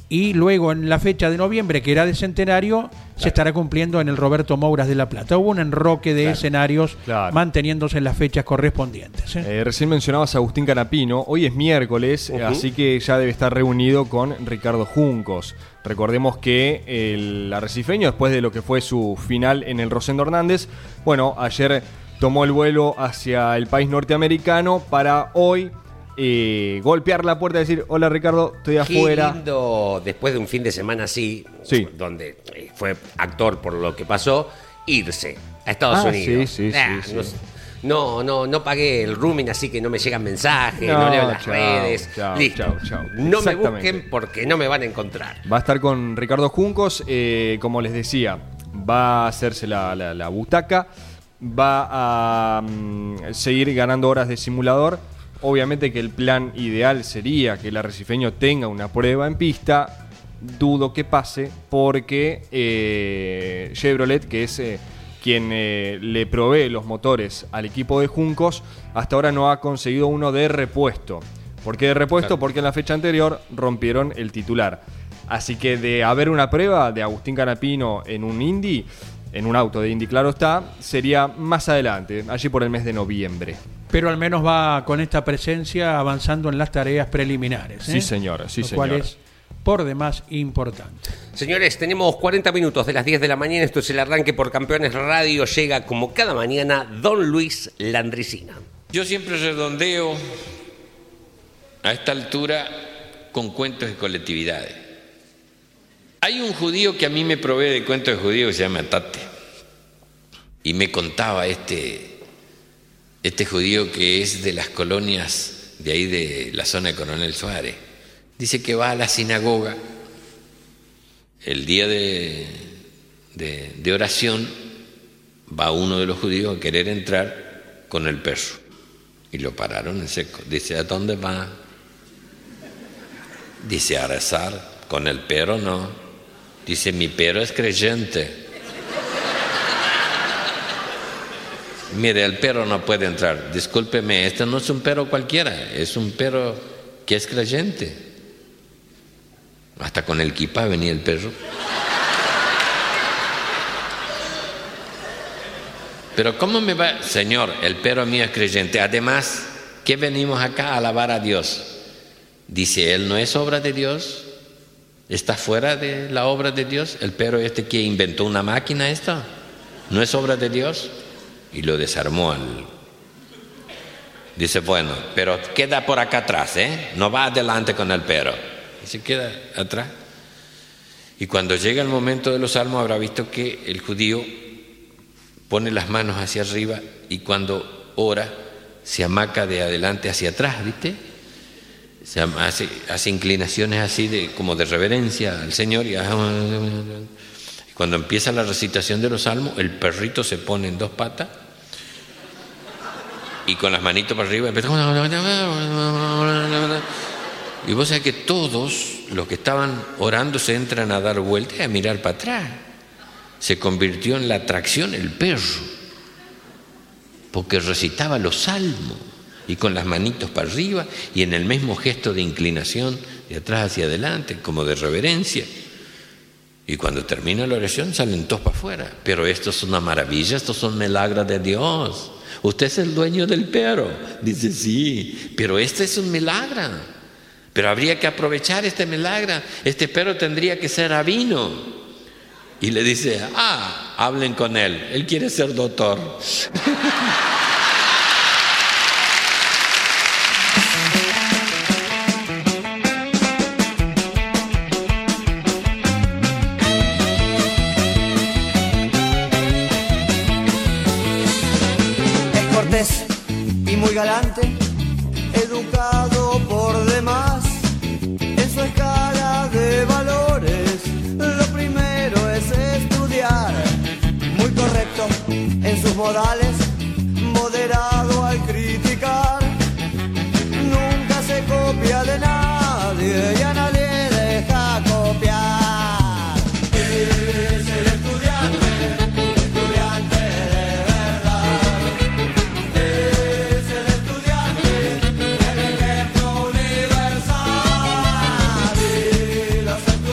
y luego en la fecha de noviembre, que era de centenario, se estará cumpliendo en el Roberto Mouras de La Plata. Hubo un enroque de escenarios manteniéndose en las fechas correspondientes. Recién mencionabas a Agustín Canapino. Hoy es miércoles, así que ya debe estar reunido con Ricardo Juncos. Recordemos que el arrecifeño, después de lo que fue su final en el Rosendo Hernández, bueno, ayer tomó el vuelo hacia el país norteamericano para hoy golpear la puerta y decir: hola Ricardo, estoy afuera. Qué lindo, después de un fin de semana así, donde fue actor por lo que pasó, irse a Estados Unidos. No pagué el roaming, así que no me llegan mensajes, no leo las redes. Listo. No me busquen porque no me van a encontrar. Va a estar con Ricardo Juncos, como les decía, va a hacerse la butaca, va a seguir ganando horas de simulador. Obviamente que el plan ideal sería que el arrecifeño tenga una prueba en pista. Dudo que pase porque Chevrolet, que es quien le provee los motores al equipo de Juncos, hasta ahora no ha conseguido uno de repuesto. ¿Por qué de repuesto? Claro. Porque en la fecha anterior rompieron el titular. Así que de haber una prueba de Agustín Canapino en un Indy, en un auto de Indy, claro está, sería más adelante, allí por el mes de noviembre. Pero al menos va con esta presencia avanzando en las tareas preliminares. Sí, señora, sí, señora. Lo cual es por demás importante. Señores, tenemos 40 minutos de las 10 de la mañana. Esto es el arranque por Campeones Radio. Llega como cada mañana Don Luis Landricina. Yo siempre redondeo a esta altura con cuentos de colectividades. Hay un judío que a mí me provee de cuentos de judíos que se llama Tate. Y me contaba este judío que es de las colonias de ahí de la zona de Coronel Suárez. Dice que va a la sinagoga el día de oración, va uno de los judíos a querer entrar con el perro y lo pararon en seco. Dice: ¿a dónde va? Dice: a rezar. Con el perro no. Dice: mi perro es creyente. Mire, el perro no puede entrar. Discúlpeme, este no es un perro cualquiera, es un perro que es creyente. Hasta con el kipá venía el perro. Pero ¿cómo me va? Señor, el perro mío es creyente. Además, ¿qué venimos acá? A alabar a Dios. Dice: él no es obra de Dios, está fuera de la obra de Dios. El perro que inventó una máquina, esta no es obra de Dios. Y lo desarmó Dice: bueno, pero queda por acá atrás, no va adelante con el perro. Y se queda atrás. Y cuando llega el momento de los salmos, habrá visto que el judío pone las manos hacia arriba y cuando ora se amaca de adelante hacia atrás, ¿viste? Se hace inclinaciones así como de reverencia al Señor. Y cuando empieza la recitación de los salmos, el perrito se pone en dos patas y con las manitos para arriba empieza. Y vos sabés que todos los que estaban orando se entran a dar vueltas y a mirar para atrás. Se convirtió en la atracción el perro, porque recitaba los salmos y con las manitos para arriba y en el mismo gesto de inclinación de atrás hacia adelante, como de reverencia. Y cuando termina la oración salen todos para afuera. Pero esto es una maravilla, estos son milagros de Dios. Usted es el dueño del perro. Dice: sí, pero este es un milagro. Pero habría que aprovechar este milagro. Este perro tendría que ser rabino. Y le dice: hablen con él. Él quiere ser doctor. Y muy galante, educado por demás, en su escala de valores, lo primero es estudiar, muy correcto en sus modales, moderado al criticar, nunca se copia de nadie y a nadie deja copiar. Es el estudiante de verdad. El ejemplo universal y los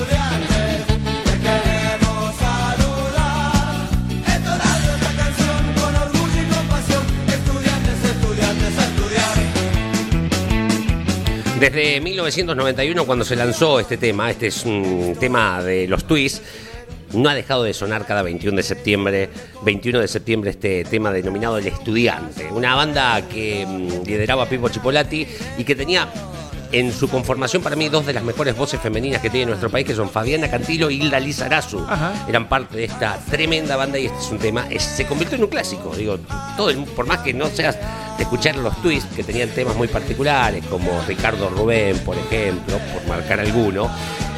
Desde 1991, cuando se lanzó este tema, este es un tema de los Twists, no ha dejado de sonar cada 21 de septiembre este tema denominado El Estudiante, una banda que lideraba Pipo Chipolati y que tenía en su conformación para mí dos de las mejores voces femeninas que tiene nuestro país, que son Fabiana Cantilo y Hilda Lizarazu. Eran parte de esta tremenda banda y este es un tema, se convirtió en un clásico. Digo, por más que no seas de escuchar los Twists, que tenían temas muy particulares, como Ricardo Rubén, por ejemplo, por marcar alguno,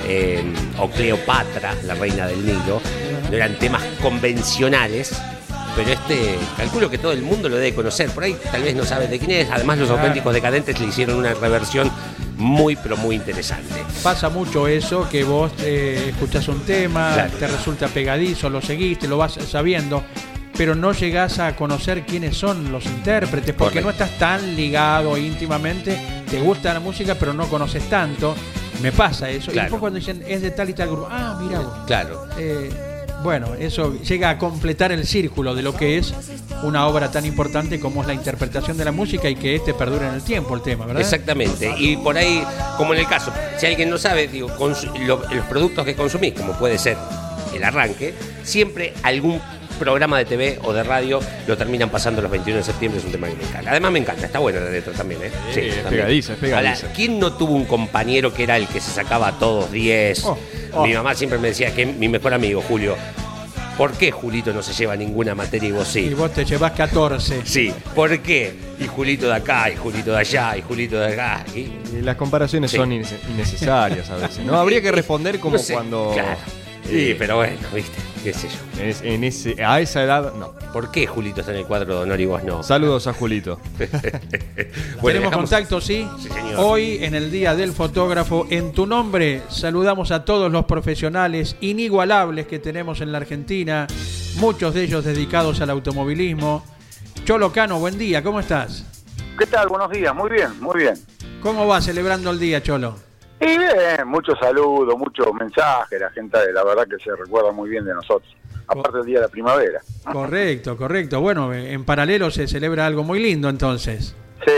o Cleopatra, la reina del Nilo, no eran temas convencionales. Pero calculo que todo el mundo lo debe conocer. Por ahí tal vez no sabes de quién es. Además, los Auténticos Decadentes le hicieron una reversión muy, pero muy interesante. Pasa mucho eso, que vos escuchás un tema, claro, te resulta pegadizo, lo seguiste, lo vas sabiendo, pero no llegás a conocer quiénes son los intérpretes, porque no estás tan ligado íntimamente. Te gusta la música, pero no conoces tanto. Me pasa eso. Claro. Y después cuando dicen, es de tal y tal grupo, mira vos. Claro. Bueno, eso llega a completar el círculo de lo que es una obra tan importante como es la interpretación de la música y que perdure en el tiempo, el tema, ¿verdad? Exactamente. Y por ahí, como en el caso, si alguien no sabe, digo, los productos que consumís, como puede ser el arranque, siempre algún programa de TV o de radio lo terminan pasando los 21 de septiembre, es un tema que me encanta. Además me encanta, está buena la letra también, ¿eh? Sí, es pegadiza, es pegadiza. Ahora, ¿quién no tuvo un compañero que era el que se sacaba a todos 10? Mi mamá siempre me decía que mi mejor amigo, Julio, ¿por qué Julito no se lleva ninguna materia y vos sí? Y vos te llevas 14. Sí, ¿por qué? Y Julito de acá, y Julito de allá, y Julito de acá. Y las comparaciones son innecesarias a veces, ¿no? Habría que responder como cuando... Claro. Sí, pero bueno, viste, qué sé yo. A esa edad, no. ¿Por qué Julito está en el cuadro de honor y vos no? Saludos a Julito. Tenemos contacto, ¿sí? Sí, señor. Hoy, en el Día del Fotógrafo, en tu nombre, saludamos a todos los profesionales inigualables que tenemos en la Argentina, muchos de ellos dedicados al automovilismo. Cholo Cano, buen día, ¿cómo estás? ¿Qué tal? Buenos días, muy bien, muy bien. ¿Cómo va celebrando el día, Cholo? Y bien, muchos saludos, muchos mensajes, la gente la verdad que se recuerda muy bien de nosotros, aparte del Día de la Primavera. Correcto. Bueno, en paralelo se celebra algo muy lindo entonces.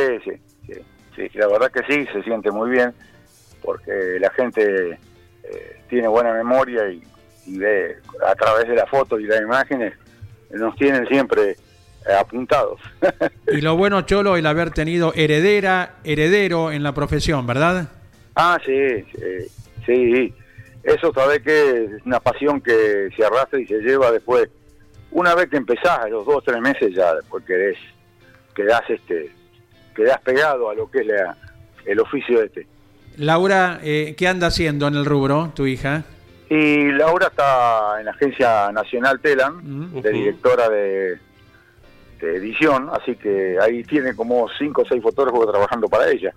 Sí, la verdad que sí, se siente muy bien, porque la gente tiene buena memoria y ve a través de la foto y las imágenes, nos tienen siempre apuntados. Y lo bueno, Cholo, el haber tenido heredero en la profesión, ¿verdad? Sí. Eso sabés que es una pasión que se arrastra y se lleva después. Una vez que empezás, a los 2 o 3 meses ya después quedás pegado a lo que es el oficio Laura, ¿qué anda haciendo en el rubro, tu hija? Y Laura está en la Agencia Nacional Telam, de directora de edición, así que ahí tiene como 5 o 6 fotógrafos trabajando para ella.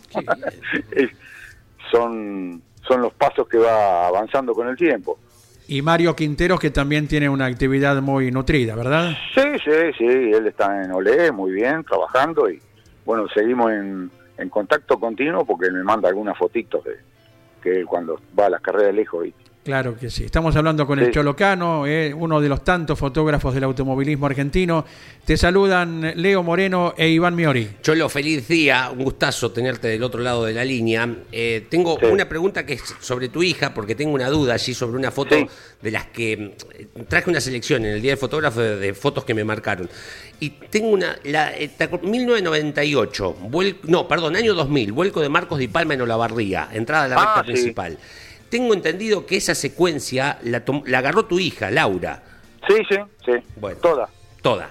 Son los pasos que va avanzando con el tiempo. Y Mario Quinteros, que también tiene una actividad muy nutrida, ¿verdad? Sí, él está en Olé, muy bien, trabajando, y bueno, seguimos en contacto continuo porque él me manda algunas fotitos de que cuando va a las carreras lejos. Claro que sí. Estamos hablando con el Cholo Cano, uno de los tantos fotógrafos del automovilismo argentino. Te saludan Leo Moreno e Iván Miori. Cholo, feliz día, un gustazo tenerte del otro lado de la línea. Tengo una pregunta que es sobre tu hija, porque tengo una duda allí sobre una foto de las que traje una selección en el Día del Fotógrafo de fotos que me marcaron. Y tengo 1998, año 2000, vuelco de Marcos Di Palma en Olavarría, entrada a la recta principal. Tengo entendido que esa secuencia la agarró tu hija, Laura. Sí. Bueno, toda. Toda.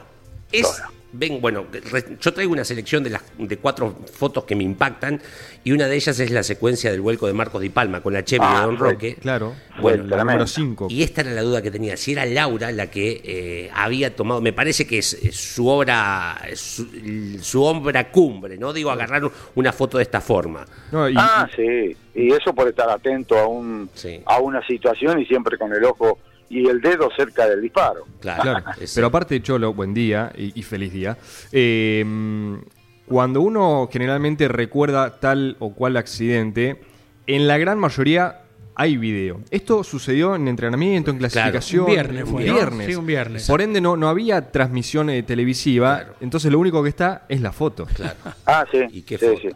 Yo traigo una selección de 4 fotos que me impactan y una de ellas es la secuencia del vuelco de Marcos Di Palma con la Chevy de Don Roque. Claro. Bueno, la número 5. Y esta era la duda que tenía, si era Laura la que había tomado, me parece que es su obra cumbre, ¿no? Digo, agarrar una foto de esta forma. Sí. Y eso por estar atento a una situación y siempre con el ojo y el dedo cerca del disparo. Claro. Pero aparte, Cholo, buen día y feliz día. Cuando uno generalmente recuerda tal o cual accidente, en la gran mayoría hay video. Esto sucedió en entrenamiento, en clasificación. Un viernes fue. Sí, un viernes. Por ende, no había transmisión televisiva, entonces lo único que está es la foto. Claro. Sí. ¿Y qué foto? Sí.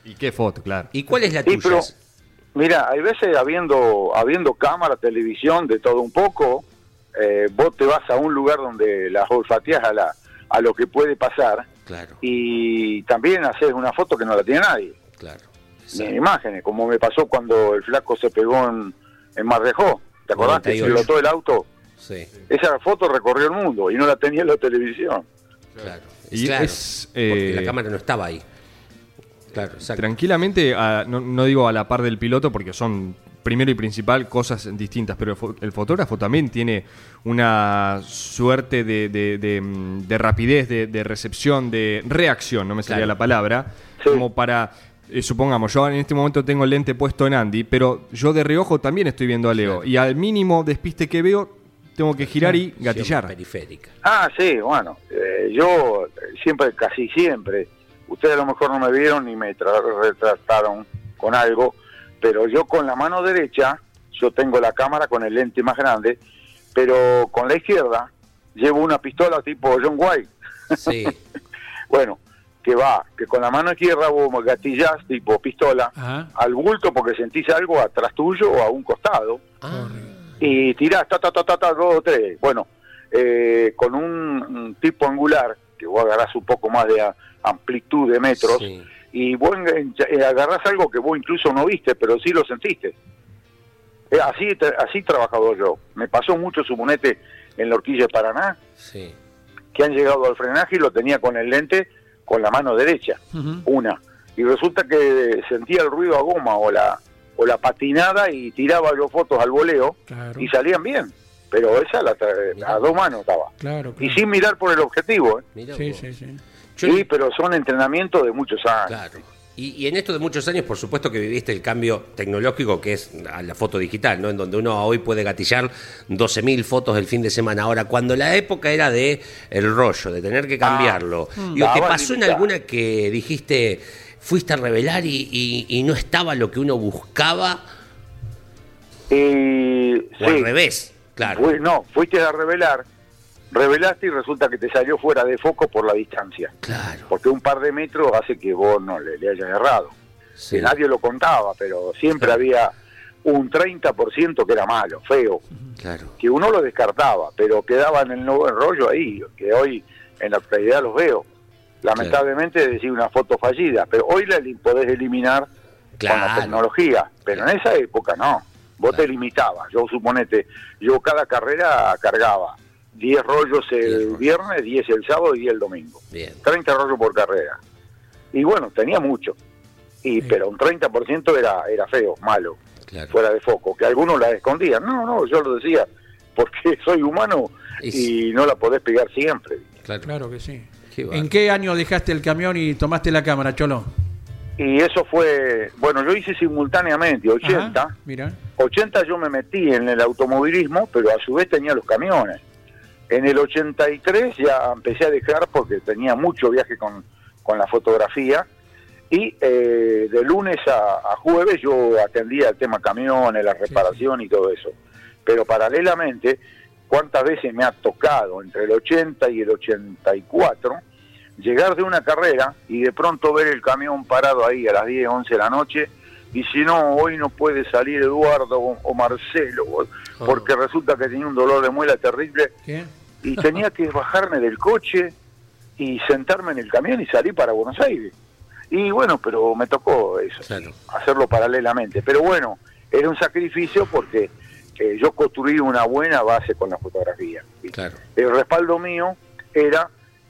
¿Y qué foto, claro? ¿Y cuál es la Sí, tuya? pero, mira, hay veces habiendo cámara, televisión, de todo un poco, vos te vas a un lugar donde las olfateás a lo que puede pasar, Claro, y también haces una foto que no la tiene nadie, claro. ni imágenes, como me pasó cuando el flaco se pegó en Marrejó. ¿Te acordás que 98? explotó el auto? Sí, Esa foto recorrió el mundo y no la tenía en la televisión. claro. Y Claro, es, porque la cámara no estaba ahí. Claro, exacto. Tranquilamente, no digo a la par del piloto porque son primero y principal cosas distintas, pero el fotógrafo también tiene una suerte de rapidez, de recepción, de reacción, no me salía Claro. la palabra, Sí. como para, supongamos, yo en este momento tengo el lente puesto en Andy, pero yo de reojo también estoy viendo a Leo, Claro. y al mínimo despiste que veo, tengo que girar y Visión gatillar. periférica. Ah, sí, bueno, yo siempre, casi siempre, ustedes a lo mejor no me vieron ni me retrataron con algo, pero yo con la mano derecha, yo tengo la cámara con el lente más grande, pero con la izquierda llevo una pistola tipo John White. Sí, Bueno, que con la mano izquierda vos gatillás tipo pistola Ajá. al bulto porque sentís algo atrás tuyo o a un costado y tirás, ta, 2 o 3. Bueno, con un tipo angular, que vos agarrás un poco más de amplitud de metros, sí. y vos agarrás algo que vos incluso no viste, pero sí lo sentiste. Así trabajado yo. Me pasó mucho, suponete, en la horquilla de Paraná, Sí. que han llegado al frenaje y lo tenía con el lente con la mano derecha, Ujú. una. Y resulta que sentía el ruido a goma o la patinada y tiraba yo fotos al voleo Claro. y salían bien. Pero esa a 2 manos estaba. Claro, Y claro. sin mirar por el objetivo. Mirá Sí, vos. sí, sí. Yo- Sí, pero son entrenamientos de muchos años. Claro. Y en esto de muchos años, por supuesto que viviste el cambio tecnológico que es a la foto digital, ¿no? En donde uno hoy puede gatillar 12.000 fotos el fin de semana. Ahora, cuando la época era de el rollo, de tener que cambiarlo, digo, ¿te Estaba pasó en limitada. alguna que dijiste, fuiste a revelar y no estaba lo que uno buscaba? Y O al revés, claro. Fuiste a revelaste y resulta que te salió fuera de foco por la distancia. Claro. Porque un par de metros hace que vos no le hayas errado. Sí. Que nadie lo contaba, pero siempre había un 30% que era malo, feo, Claro. que uno lo descartaba, pero quedaba en el nuevo rollo ahí, que hoy en la actualidad los veo. Lamentablemente decía una foto fallida, pero hoy la podés eliminar con la Claro. tecnología, pero en esa época no. Vos te limitabas. Yo suponete, yo cada carrera cargaba 10 rollos 10 el rollos. viernes, 10 el sábado y 10 el domingo. Bien. 30 rollos por carrera. Y bueno, tenía mucho. Pero un 30% era feo, malo, Claro. fuera de foco. Que algunos la escondían. No, yo lo decía, porque soy humano Y y no la podés pegar siempre. Claro. Claro que sí. Qué bárbaro. ¿En qué año dejaste el camión y tomaste la cámara, Cholo? Y eso fue, bueno, yo hice simultáneamente, 80. Ajá, mira. 80 yo me metí en el automovilismo, pero a su vez tenía los camiones. En el 83 ya empecé a dejar porque tenía mucho viaje con la fotografía. Y de lunes a jueves yo atendía el tema camiones, la reparación y todo eso. Pero paralelamente, ¿cuántas veces me ha tocado entre el 80 y el 84 llegar de una carrera y de pronto ver el camión parado ahí a las 10, 11 de la noche? Y si no, hoy no puede salir Eduardo o Marcelo, porque resulta que tenía un dolor de muela terrible ¿Qué? y tenía que bajarme del coche y sentarme en el camión y salir para Buenos Aires. Y bueno, pero me tocó eso, Claro. hacerlo paralelamente. Pero bueno, era un sacrificio porque yo construí una buena base con la fotografía. ¿Viste? Claro. El respaldo mío era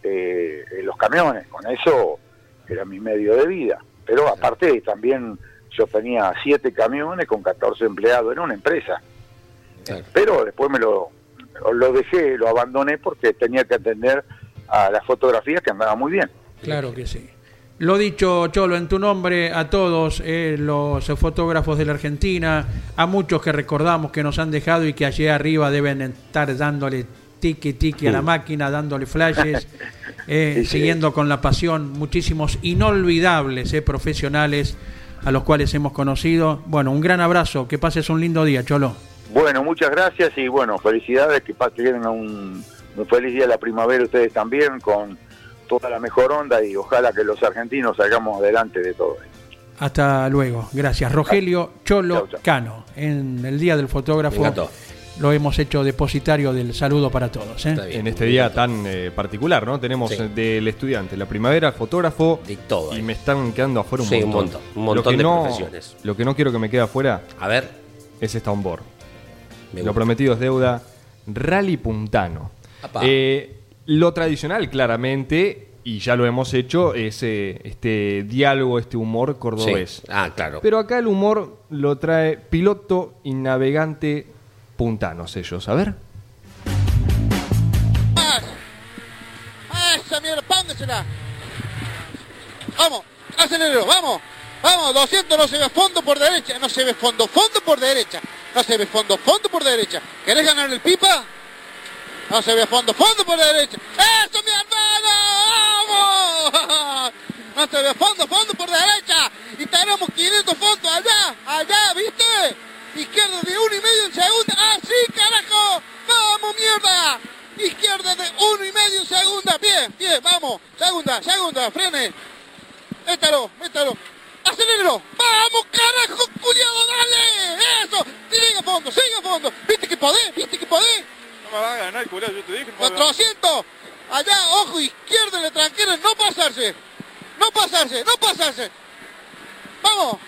los camiones, con eso era mi medio de vida. Pero aparte también yo tenía 7 camiones con 14 empleados, era una empresa. Claro. Pero después me lo dejé, lo abandoné porque tenía que atender a las fotografías que andaban muy bien. Claro que sí. Lo dicho, Cholo, en tu nombre a todos los fotógrafos de la Argentina, a muchos que recordamos que nos han dejado y que allí arriba deben estar dándole tiki a la máquina, dándole flashes, siguiendo con la pasión, muchísimos inolvidables profesionales a los cuales hemos conocido. Bueno, un gran abrazo, que pases un lindo día, Cholo. Bueno, muchas gracias y bueno, felicidades, que tengan un feliz día de la primavera ustedes también, con toda la mejor onda y ojalá que los argentinos salgamos adelante de todo esto. Hasta luego. Gracias. Rogelio Cholo Chau, chau. Cano. En el Día del Me Fotógrafo encantó. lo hemos hecho depositario del saludo para todos. Está bien. En este día tan particular, ¿no? Tenemos Sí. del estudiante, la primavera, el fotógrafo, De todo y ahí. me están quedando afuera un Sí, montón. un montón Lo que de no- profesiones. Lo que no quiero que me quede afuera A ver, es esta onboard. me Lo gusta. prometido es deuda. Rally Puntano. Apá. Lo tradicional, claramente, y ya lo hemos hecho, es este diálogo, este humor cordobés. Sí. Ah, claro. Pero acá el humor lo trae piloto y navegante puntanos ellos. A ver. ¡Esa mierda! ¡Póngasela! Vamos, acelero, vamos. Vamos, 200, no se ve fondo por derecha. No se ve fondo, fondo por derecha. No se ve fondo, fondo por derecha. ¿Querés ganar el pipa? No se ve fondo, fondo por derecha. ¡Eso, mi hermano! ¡Vamos! No se ve fondo, fondo por derecha. Y tenemos 500 fondos allá, ¿viste? Izquierda de 1,5 en segunda. ¡Ah, sí, carajo! ¡Vamos, mierda! Izquierda de 1,5 en segunda. Bien, vamos. Segunda, frene. Métalo. Aceléralo. ¡Vamos, carajo, culiado, dale! ¡Eso! Sigue a fondo. ¿Viste que podés? No me va a ganar, culiao, yo te dije. no me va a ganar. 400. Allá, ojo, izquierda, le tranquilo, no pasarse. Vamos.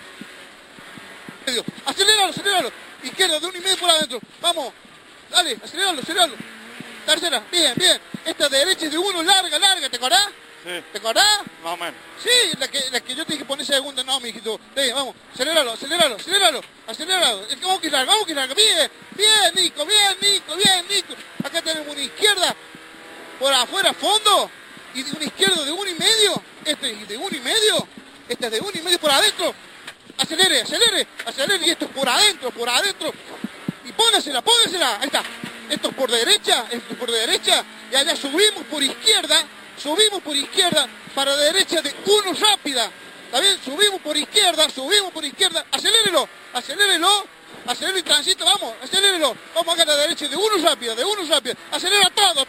Aceléralo. Izquierda, de 1,5 por adentro. Vamos. Dale, aceléralo. Tercera, bien. Esta derecha es de 1, larga, ¿te acordás? Sí, ¿Te acordás? más o menos. Sí, la que yo te dije poner segunda, no, mijito. Vamos, aceléralo. Vamos que larga. Bien, Nico. Acá tenemos una izquierda por afuera, fondo, y una izquierda de 1,5. Este es de 1,5. Esta es de 1,5 por adentro. Acelere, y esto es por adentro. Y póngasela. Ahí está. Esto es por derecha, y allá subimos por izquierda, para derecha de 1 rápida. ¿Está bien? Subimos por izquierda. Accelérelo y transito, vamos, acelérelo. Vamos acá a la derecha de 1 rápida. Acelera todo.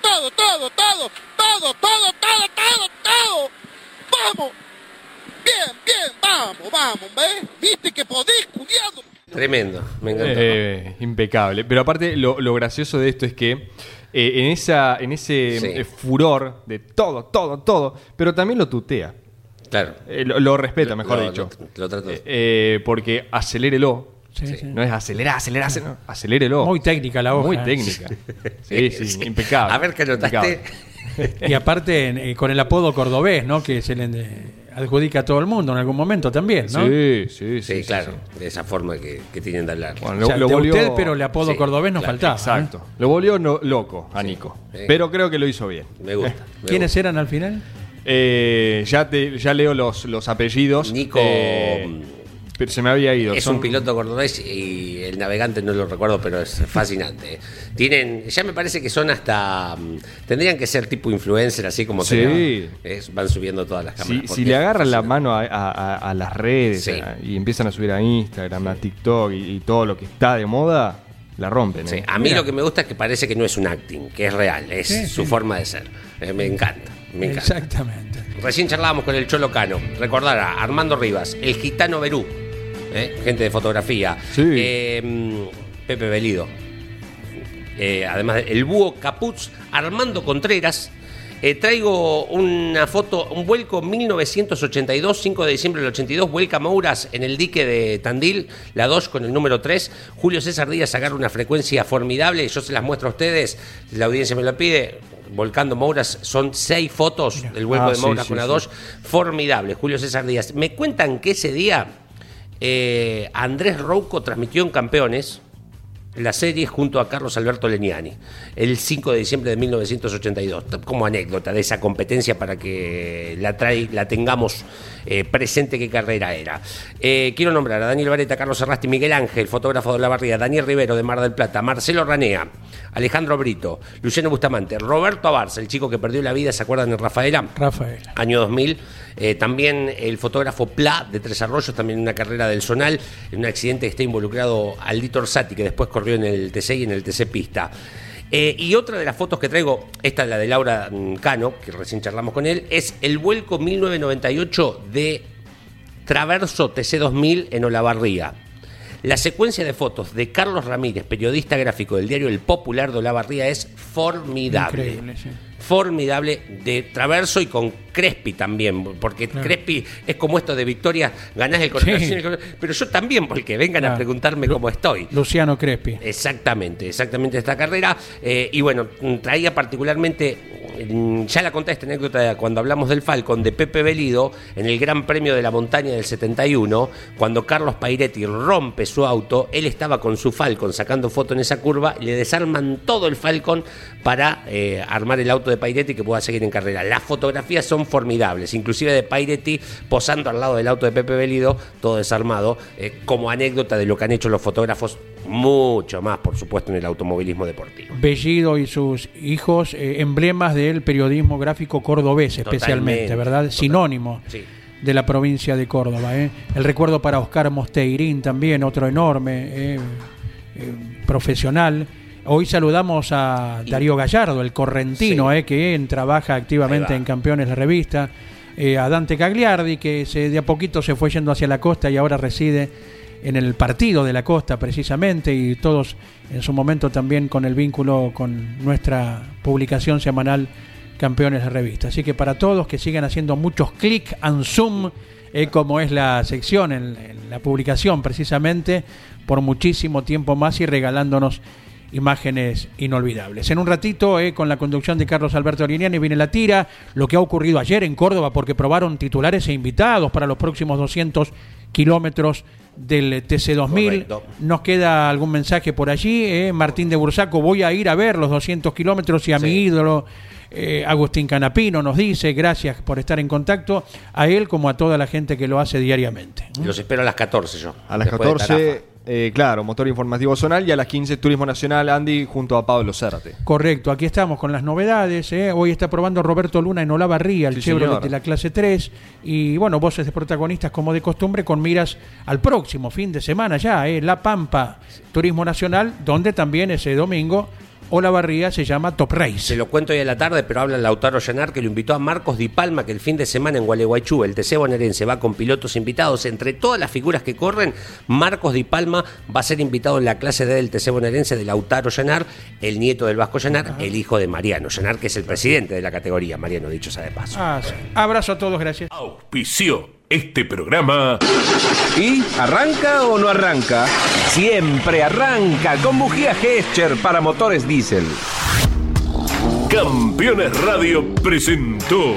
Vamos. Bien, vamos, ¿ves? ¿Viste que podés, culiado? Tremendo, me encantó. Impecable. Pero aparte, lo gracioso de esto es que en ese Sí. furor de todo, pero también lo tutea. Claro. Lo respeta, mejor Lo- dicho. Lo trato. Porque acelérelo. Sí. No es acelerar, no, acelérelo. Muy técnica la hoja. Muy técnica. Sí, impecable. A ver qué notaste. Y aparte con el apodo cordobés, ¿no? Que se le adjudica a todo el mundo en algún momento también, ¿no? Sí, claro. De esa forma que tienen de hablar. Bueno, O sea, lo de volvió- usted, pero el apodo Sí, cordobés nos claro, faltaba. Exacto. Lo volvió loco a Nico. Sí. Pero creo que lo hizo bien. Me gusta. me ¿Quiénes gusta. eran al final? Ya leo los apellidos. Nico pero se me había ido. es un piloto cordobés y el navegante no lo recuerdo, pero es fascinante. Tienen, ya me parece que son hasta, tendrían que ser tipo influencer, así como Sí. van subiendo todas las cámaras. Si porque le es agarran la fascinante. mano a las redes Sí. y empiezan a subir a Instagram, a TikTok y todo lo que está de moda, la rompen. Sí, ¿eh? a mí lo que me gusta es que parece que no es un acting, que es real, es Sí, su sí. forma de ser. Me encanta. Exactamente. Recién charlábamos con el Cholo Cano, recordar a Armando Rivas, el gitano Berú, gente de fotografía, Sí. Pepe Belido, además el Búho Capuz, Armando Contreras. Traigo una foto, un vuelco 1982, 5 de diciembre del 82, vuelca Mouras en el dique de Tandil, la 2 con el número 3. Julio César Díaz agarra una frecuencia formidable, yo se las muestro a ustedes, la audiencia me lo pide. Volcando Mouras, son 6 fotos del vuelco de sí, Mouras sí, con la sí. 2, formidable. Julio César Díaz. Me cuentan que ese día Andrés Rouco transmitió en Campeones la serie junto a Carlos Alberto Leniani, el 5 de diciembre de 1982, como anécdota de esa competencia para que la tengamos presente qué carrera era. Quiero nombrar a Daniel Vareta, Carlos Arrasti, Miguel Ángel, fotógrafo de La Barría, Daniel Rivero de Mar del Plata, Marcelo Ranea, Alejandro Brito, Luciano Bustamante, Roberto Abarza, el chico que perdió la vida, ¿se acuerdan de Rafaela? Rafael. Año 2000, también el fotógrafo Pla de Tres Arroyos, también en una carrera del Zonal, en un accidente que está involucrado Aldito Orsatti, que después corrió en el TC y en el TC Pista. Y otra de las fotos que traigo, esta es la de Laura Cano, que recién charlamos con él, es el vuelco 1998 de Traverso TC2000 en Olavarría. La secuencia de fotos de Carlos Ramírez, periodista gráfico del diario El Popular de Olavarría, es formidable. Increíble, sí. Formidable, de Traverso y con Crespi también, porque claro, Crespi es como esto de Victoria, ganás el corazón, sí, pero yo también, porque vengan a preguntarme cómo estoy. Luciano Crespi. Exactamente esta carrera. Y bueno, traía particularmente, ya la conté esta anécdota cuando hablamos del Falcon, de Pepe Belido, en el Gran Premio de la Montaña del 71, cuando Carlos Pairetti rompe su auto, él estaba con su Falcon sacando foto en esa curva, le desarman todo el Falcon para armar el auto de Pairetti que pueda seguir en carrera. Las fotografías son formidables, inclusive de Pairetti posando al lado del auto de Pepe Belido, todo desarmado, como anécdota de lo que han hecho los fotógrafos, mucho más, por supuesto, en el automovilismo deportivo. Bellido y sus hijos, emblemas del periodismo gráfico cordobés, especialmente, totalmente, ¿verdad? Sinónimo, sí, de la provincia de Córdoba. El recuerdo para Oscar Mosteirín también, otro enorme profesional. Hoy saludamos a Darío Gallardo, el correntino, sí, que trabaja activamente en Campeones la revista, a Dante Cagliardi, que de a poquito se fue yendo hacia la costa y ahora reside en el partido de la costa precisamente, y todos en su momento también con el vínculo con nuestra publicación semanal Campeones la revista. Así que para todos que sigan haciendo muchos clic and zoom, como es la sección en la publicación precisamente, por muchísimo tiempo más y regalándonos imágenes inolvidables. En un ratito, con la conducción de Carlos Alberto Oriniani, viene la tira, lo que ha ocurrido ayer en Córdoba, porque probaron titulares e invitados para los próximos 200 kilómetros del TC2000. Correcto. Nos queda algún mensaje por allí. Martín de Bursaco, voy a ir a ver los 200 kilómetros y a mi ídolo Agustín Canapino nos dice, gracias por estar en contacto, a él como a toda la gente que lo hace diariamente. Los espero a las 14 yo. A las 14, claro, Motor Informativo Zonal, y a las 15 Turismo Nacional, Andy, junto a Pablo Zárate. Correcto, aquí estamos con las novedades. Hoy está probando Roberto Luna en Olavarría, el Chevrolet de la clase 3, y bueno, voces de protagonistas como de costumbre, con miras al próximo fin de semana ya, La Pampa, Turismo Nacional, donde también ese domingo Olavarría se llama Top Race. Se lo cuento hoy a la tarde, pero habla Lautaro Llanar, que lo invitó a Marcos Di Palma, que el fin de semana en Gualeguaychú, el TC bonaerense, va con pilotos invitados. Entre todas las figuras que corren, Marcos Di Palma va a ser invitado en la clase D del TC bonaerense de Lautaro Llanar, el nieto del Vasco Llanar, el hijo de Mariano Llanar, que es el presidente de la categoría. Mariano, dicho sea de paso. Sí. Abrazo a todos, gracias. Auspició este programa. ¿Y arranca o no arranca? Siempre arranca con bujía Gescher para motores diésel. Campeones Radio presentó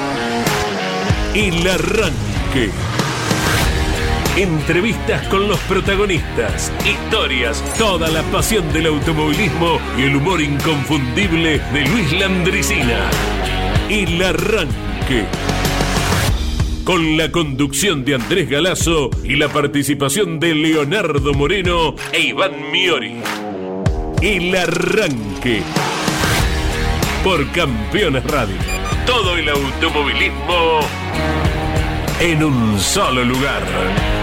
El Arranque. Entrevistas con los protagonistas, historias, toda la pasión del automovilismo y el humor inconfundible de Luis Landricina. El Arranque. Con la conducción de Andrés Galazo y la participación de Leonardo Moreno e Iván Miori. El Arranque. Por Campeones Radio. Todo el automovilismo en un solo lugar.